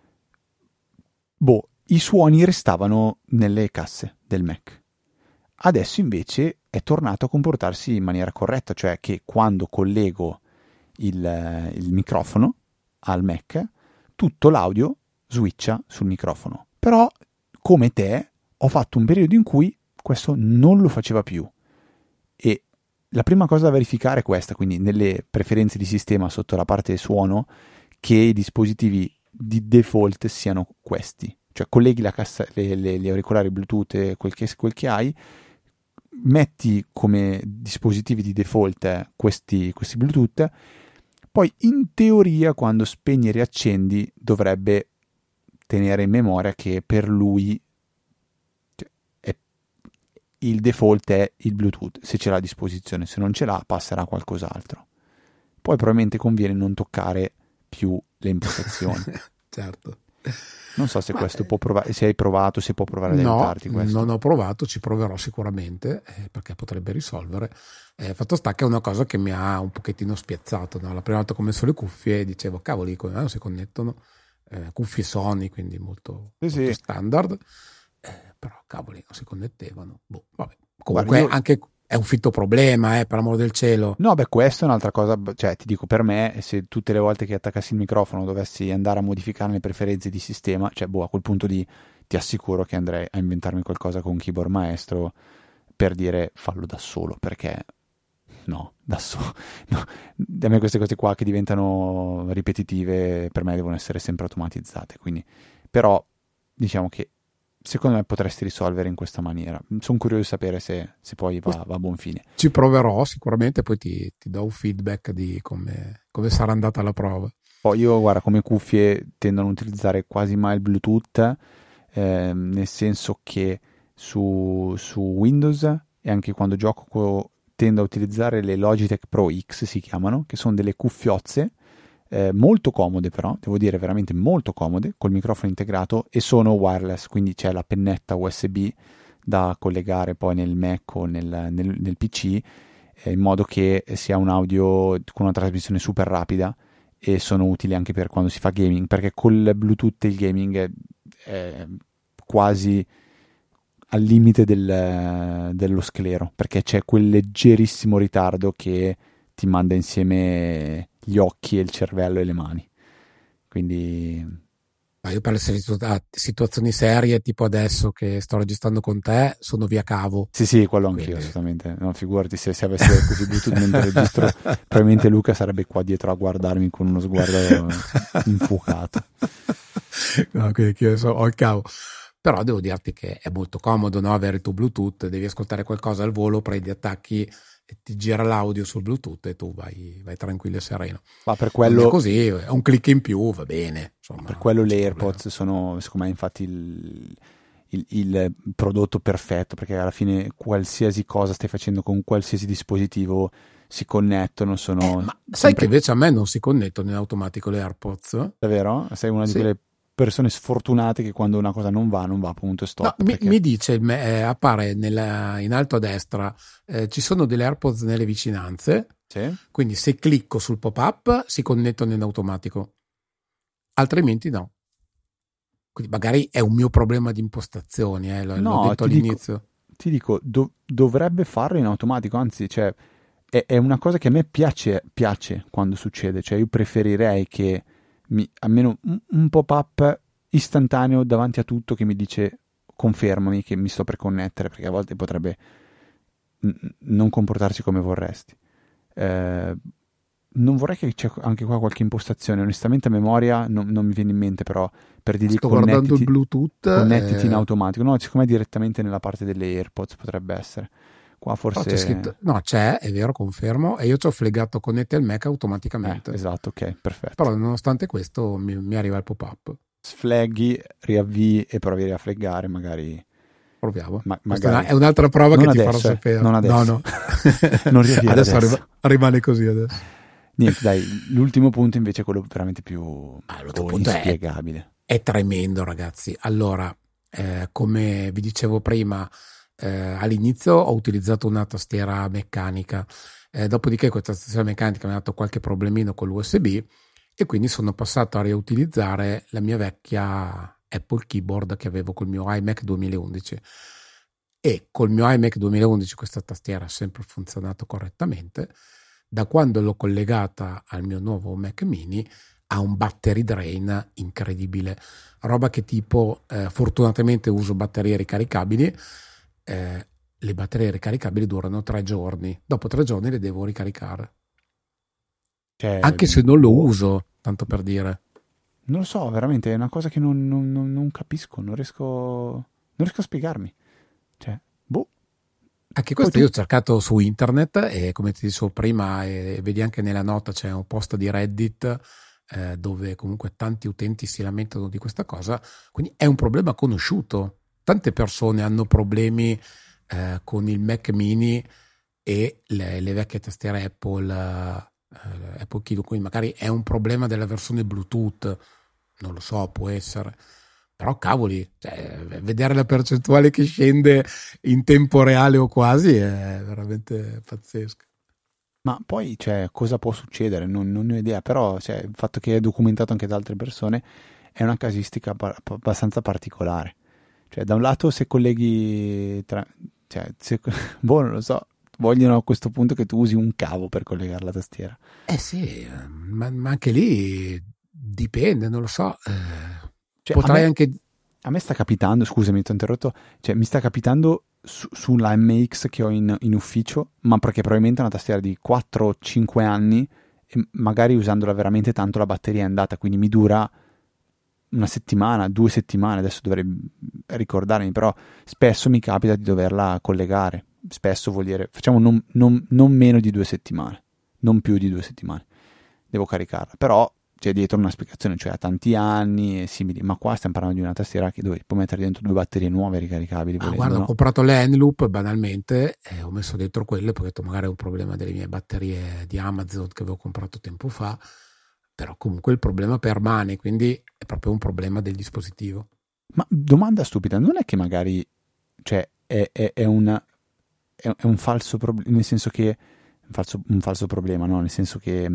boh, i suoni restavano nelle casse del Mac. Adesso invece è tornato a comportarsi in maniera corretta, cioè che quando collego il, il microfono al Mac, tutto l'audio switcha sul microfono. Però, come te, ho fatto un periodo in cui questo non lo faceva più. E la prima cosa da verificare è questa, quindi nelle preferenze di sistema sotto la parte suono, che i dispositivi di default siano questi. Cioè colleghi la cassa, le, le, gli auricolari Bluetooth, quel che, quel che hai, metti come dispositivi di default questi, questi Bluetooth, poi in teoria quando spegni e riaccendi dovrebbe tenere in memoria che per lui è, il default è il Bluetooth, se ce l'ha a disposizione, se non ce l'ha passerà a qualcos'altro. Poi probabilmente conviene non toccare più le impostazioni. Certo. Non so se Ma, questo può provare, se hai provato, se può provare ad no, aiutarti questo. non ho provato, ci proverò sicuramente eh, perché potrebbe risolvere. Eh, fatto sta che è una cosa che mi ha un pochettino spiazzato, no? La prima volta che ho messo le cuffie dicevo cavoli, come non si connettono, eh, cuffie Sony, quindi molto, Sì, molto sì. standard, eh, però cavoli non si connettevano. Boh, vabbè. Comunque Guarda, io... anche è un fitto problema, eh, per amor del cielo. No, beh, questa è un'altra cosa, cioè ti dico, per me, se tutte le volte che attaccassi il microfono dovessi andare a modificare le preferenze di sistema, cioè, boh, a quel punto lì ti assicuro che andrei a inventarmi qualcosa con Keyboard Maestro per dire fallo da solo, perché no, da solo, no. Da me queste cose qua che diventano ripetitive, per me devono essere sempre automatizzate, quindi, però, diciamo che secondo me potresti risolvere in questa maniera. Sono curioso di sapere se, se poi va, va a buon fine. Ci proverò sicuramente, poi ti, ti do un feedback di come, come sarà andata la prova. Poi io, guarda, come cuffie tendo a non utilizzare quasi mai il Bluetooth, eh, nel senso che su, su Windows e anche quando gioco tendo a utilizzare le Logitech Pro X, si chiamano, che sono delle cuffiozze Eh, molto comode, però devo dire veramente molto comode, col microfono integrato, e sono wireless, quindi c'è la pennetta U S B da collegare poi nel Mac o nel, nel, nel P C, eh, in modo che sia un audio con una trasmissione super rapida, e sono utili anche per quando si fa gaming, perché col Bluetooth il gaming è, è quasi al limite del, dello sclero, perché c'è quel leggerissimo ritardo che ti manda insieme gli occhi e il cervello e le mani. Quindi Ma io per le situ- situazioni serie, tipo adesso che sto registrando con te, sono via cavo. Sì, sì, quello anch'io, Quindi... assolutamente. No, figurati, se, se avesse così Bluetooth mentre registro, probabilmente Luca sarebbe qua dietro a guardarmi con uno sguardo infuocato. No, quindi io so, ho il cavo. Però devo dirti che è molto comodo, no? Avere il tuo Bluetooth, devi ascoltare qualcosa al volo, prendi, attacchi e ti gira l'audio sul Bluetooth e tu vai, vai tranquillo e sereno. Ma per quello... Non è così, è un click in più, va bene. Insomma, per quello le problema. AirPods sono, secondo me, infatti il, il, il prodotto perfetto, perché alla fine qualsiasi cosa stai facendo con qualsiasi dispositivo si connettono, sono... Eh, ma sai sempre... che invece a me non si connettono in automatico le AirPods? Davvero? Sei una di Sì. quelle persone sfortunate che quando una cosa non va, non va, punto e stop. No, mi, perché... mi dice, il me- eh, appare nella, in alto a destra, eh, ci sono delle AirPods nelle vicinanze, Sì? quindi se clicco sul pop-up si connettono in automatico, altrimenti no. Quindi magari è un mio problema di impostazioni, eh, l'ho, No, l'ho detto ti all'inizio. Dico, ti dico, do- dovrebbe farlo in automatico, anzi, cioè, è, è una cosa che a me piace, piace quando succede, cioè io preferirei che mi, almeno un, un pop-up istantaneo davanti a tutto che mi dice confermami che mi sto per connettere, perché a volte potrebbe n- non comportarsi come vorresti. Eh, non vorrei che c'è anche qua qualche impostazione, onestamente a memoria non, non mi viene in mente, però per dirgli Sto guardando il connettiti, Bluetooth. connettiti in eh, automatico. No, siccome è direttamente nella parte delle AirPods potrebbe essere. Qua Però c'è scritto, forse... no, c'è, è vero, confermo, e io ci ho flegato connetti al Mac Eh, automaticamente. esatto, ok, perfetto. Però nonostante questo mi, mi arriva il pop-up. Sflaghi, riavvii e provi a fleggare, magari... Proviamo. Ma- Questa è una- magari... è un'altra prova Non che ti adesso, farò eh, sapere. non adesso. No, no. Non riavviare adesso, adesso. arriva- rimane così adesso. Niente, dai, l'ultimo punto invece è quello veramente più Ah, l'ultimo oh, punto è, inspiegabile. è tremendo, ragazzi. Allora, eh, come vi dicevo prima, eh, all'inizio ho utilizzato una tastiera meccanica, eh, dopodiché questa tastiera meccanica mi ha dato qualche problemino con l'U S B e quindi sono passato a riutilizzare la mia vecchia Apple Keyboard che avevo col mio iMac duemilaundici. E col mio iMac duemilaundici questa tastiera ha sempre funzionato correttamente. Da quando l'ho collegata al mio nuovo Mac mini ha un battery drain incredibile, roba che tipo eh, fortunatamente uso batterie ricaricabili, eh, le batterie ricaricabili durano tre giorni, dopo tre giorni le devo ricaricare, Cioè, anche se non lo boh, uso, tanto per dire. non lo so, veramente è una cosa che non, non- non- non capisco, non riesco, non riesco a spiegarmi. Cioè, boh. Anche Poi questo tu, io ho cercato su internet e come ti dicevo prima, e vedi anche nella nota c'è un post di Reddit eh, dove comunque tanti utenti si lamentano di questa cosa, quindi è un problema conosciuto. Tante persone hanno problemi eh, con il Mac mini e le, le vecchie tastiere Apple, eh, Apple Keyboard, quindi magari è un problema della versione Bluetooth, non lo so, può essere. Però cavoli, cioè, vedere la percentuale che scende in tempo reale o quasi è veramente pazzesco. ma poi, cioè, cosa può succedere? Non, non ne ho idea, però, cioè, il fatto che è documentato anche da altre persone è una casistica pa- pa- abbastanza particolare. Cioè, da un lato, se colleghi, tra, cioè, se, boh, non lo so, vogliono a questo punto che tu usi un cavo per collegare la tastiera. Eh sì, ma, ma anche lì dipende, non lo so. Eh, Cioè, a potrai me, anche... a me sta capitando, scusami, ti ho interrotto, cioè mi sta capitando su- sulla M X che ho in, in ufficio, ma perché probabilmente è una tastiera di quattro cinque anni e magari usandola veramente tanto la batteria è andata, quindi mi dura una settimana, due settimane, adesso dovrei ricordarmi, però spesso mi capita di doverla collegare, spesso vuol dire, facciamo non, non- non meno di due settimane, non più di due settimane, devo caricarla, però c'è dietro una spiegazione, cioè ha tanti anni e simili, ma qua stiamo parlando di una tastiera che dove puoi mettere dentro due batterie nuove ricaricabili, Ah, volendo, guarda, ho no? comprato le Enloop banalmente e ho messo dentro quelle perché ho detto magari è un problema delle mie batterie di Amazon che avevo comprato tempo fa, però comunque il problema permane, quindi è proprio un problema del dispositivo. Ma domanda stupida, non è che magari, cioè, è, è, è una, è, è un falso problema, nel senso che, un falso, un falso problema, no? Nel senso che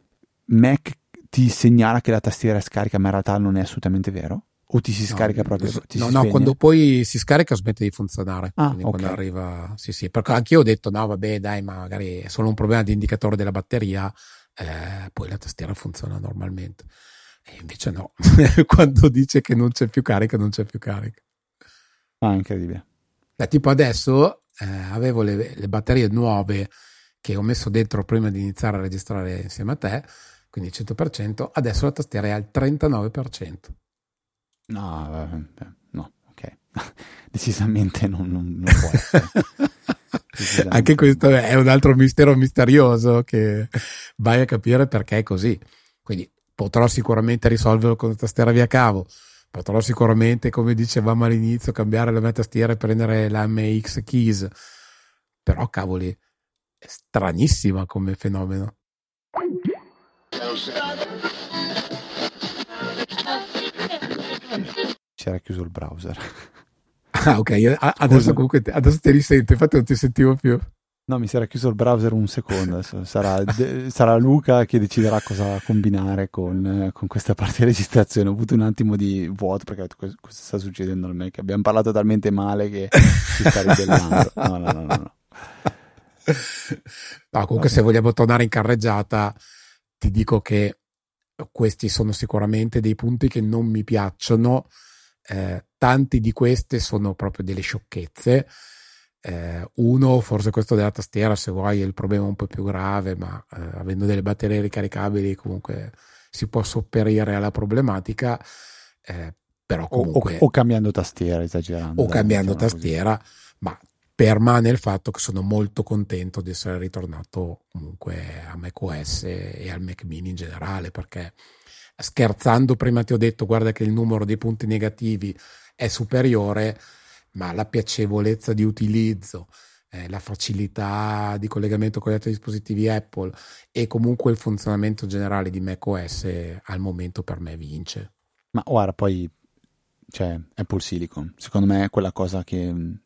Mac ti segnala che la tastiera è scarica, ma in realtà non è assolutamente vero? O ti si No, scarica proprio, ti no, si no, spegne? quando poi si scarica smette di funzionare. Ah, Quindi ok. quando arriva, sì, sì, perché anch'io ho detto no, vabbè, dai, ma magari è solo un problema di indicatore della batteria, eh, poi la tastiera funziona normalmente. E invece no, quando dice che non c'è più carica, non c'è più carica. Ah, incredibile. Beh, tipo adesso eh, avevo le, le batterie nuove che ho messo dentro prima di iniziare a registrare insieme a te, quindi cento per cento, adesso la tastiera è al trentanove per cento. No, no, ok. Decisamente non, non, non può essere. Decisamente. Anche questo è un altro mistero misterioso che vai a capire perché è così. Quindi potrò sicuramente risolverlo con la tastiera via cavo, potrò sicuramente, come dicevamo all'inizio, cambiare la mia tastiera e prendere la M X Keys, però cavoli, è stranissima come fenomeno. C'era chiuso il browser. Ah, ok, adesso comunque adesso ti risento, infatti non ti sentivo più. No, mi si era chiuso il browser un secondo, adesso sarà, de- sarà Luca che deciderà cosa combinare con, con questa parte di registrazione. Ho avuto un attimo di vuoto perché cosa sta succedendo al me, che abbiamo parlato talmente male che si sta ribellando. No, no, no, no. No, no comunque okay. Se vogliamo tornare in carreggiata, ti dico che questi sono sicuramente dei punti che non mi piacciono. Eh, tanti di queste sono proprio delle sciocchezze. Eh, uno, forse questo della tastiera, se vuoi, è il problema un po' più grave, ma eh, avendo delle batterie ricaricabili comunque si può sopperire alla problematica, eh, però comunque... O, o, o cambiando tastiera, esagerando. O dai, cambiando diciamo tastiera, così. Ma permane il fatto che sono molto contento di essere ritornato comunque a macOS e al Mac Mini in generale, perché scherzando prima ti ho detto guarda che il numero dei punti negativi è superiore, ma la piacevolezza di utilizzo, eh, la facilità di collegamento con gli altri dispositivi Apple e comunque il funzionamento generale di macOS al momento per me vince. Ma guarda, poi cioè Apple Silicon, secondo me è quella cosa che non,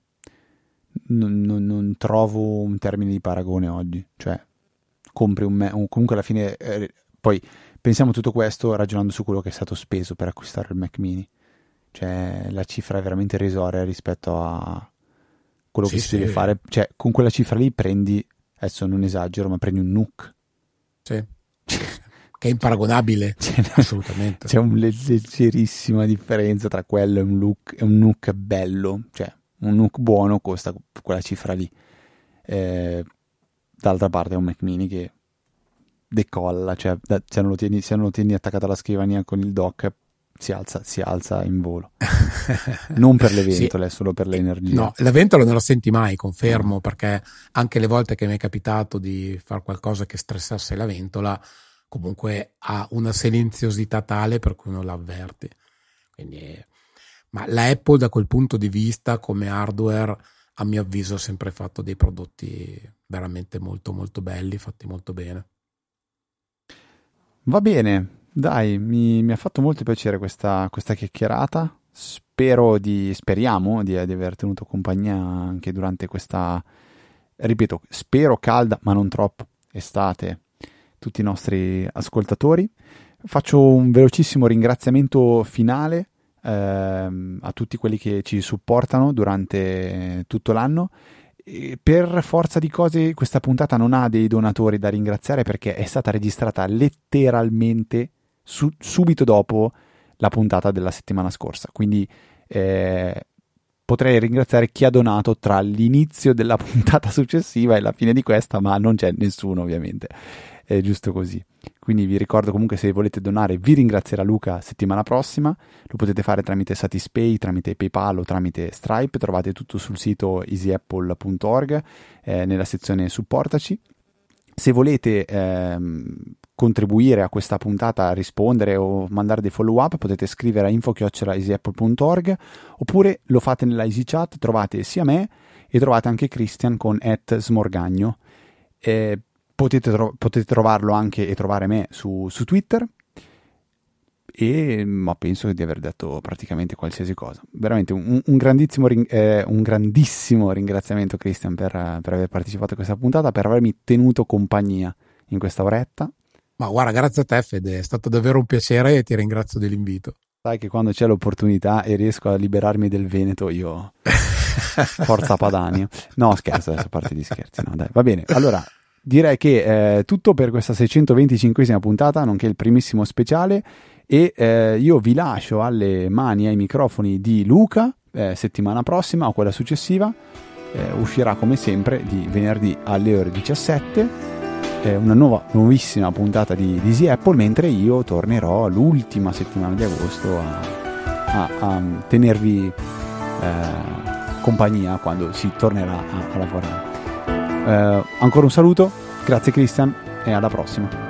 non, non trovo un termine di paragone oggi, cioè compri un, un comunque alla fine eh, poi pensiamo tutto questo ragionando su quello che è stato speso per acquistare il Mac Mini. Cioè la cifra è veramente irrisoria rispetto a quello sì, che si sì. deve fare. Cioè con quella cifra lì prendi, adesso non esagero, ma prendi un N U C. Sì. Che è imparagonabile. C'è, assolutamente. C'è una leggerissima differenza tra quello e un, look, e un N U C bello. Cioè un N U C buono costa quella cifra lì. Eh, d'altra parte è un Mac Mini che decolla. Cioè da, se, non lo tieni, se non lo tieni attaccato alla scrivania con il dock si alza, si alza in volo. Non per le ventole, sì. Solo per l'energia. No, la ventola non la senti mai, confermo, no. Perché anche le volte che mi è capitato di fare qualcosa che stressasse la ventola, comunque ha una silenziosità tale per cui non la avverti. Quindi, ma la Apple da quel punto di vista come hardware, a mio avviso, ha sempre fatto dei prodotti veramente molto molto belli, fatti molto bene. Va bene. Dai, mi, mi ha fatto molto piacere questa, questa chiacchierata. Spero di, speriamo di, di aver tenuto compagnia anche durante questa, ripeto, spero calda, ma non troppo, estate, tutti i nostri ascoltatori. Faccio un velocissimo ringraziamento finale ehm, a tutti quelli che ci supportano durante tutto l'anno. E per forza di cose questa puntata non ha dei donatori da ringraziare perché è stata registrata letteralmente Su, subito dopo la puntata della settimana scorsa, quindi eh, potrei ringraziare chi ha donato tra l'inizio della puntata successiva e la fine di questa, ma non c'è nessuno ovviamente, è giusto così. Quindi vi ricordo comunque, se volete donare vi ringrazierà Luca settimana prossima, lo potete fare tramite Satispay, tramite PayPal o tramite Stripe, trovate tutto sul sito easy apple punto org eh, nella sezione supportaci. Se volete ehm, contribuire a questa puntata, rispondere o mandare dei follow up, potete scrivere a info chiocciola easy apple punto org oppure lo fate nella Easy Chat, trovate sia me e trovate anche Christian con at smorgagno. Eh, potete, tro- potete trovarlo anche e trovare me su, su Twitter. E ma penso di aver detto praticamente qualsiasi cosa. Veramente un, un, grandissimo, eh, un grandissimo ringraziamento Christian per, per aver partecipato a questa puntata, per avermi tenuto compagnia in questa oretta. Ma guarda, grazie a te Fede, è stato davvero un piacere e ti ringrazio dell'invito. Sai che quando c'è l'opportunità e riesco a liberarmi del Veneto io forza Padania. No, scherzo, adesso a parte gli scherzi, no, dai, va bene. Allora direi che è eh, tutto per questa seicentoventicinquesima puntata, nonché il primissimo speciale. e eh, io vi lascio alle mani e ai microfoni di Luca. Eh, settimana prossima o quella successiva eh, uscirà come sempre di venerdì alle ore diciassette eh, una nuova nuovissima puntata di, di Easy Apple, mentre io tornerò l'ultima settimana di agosto a, a, a tenervi eh, compagnia quando si tornerà a, a lavorare. Eh, ancora un saluto, grazie Christian e alla prossima.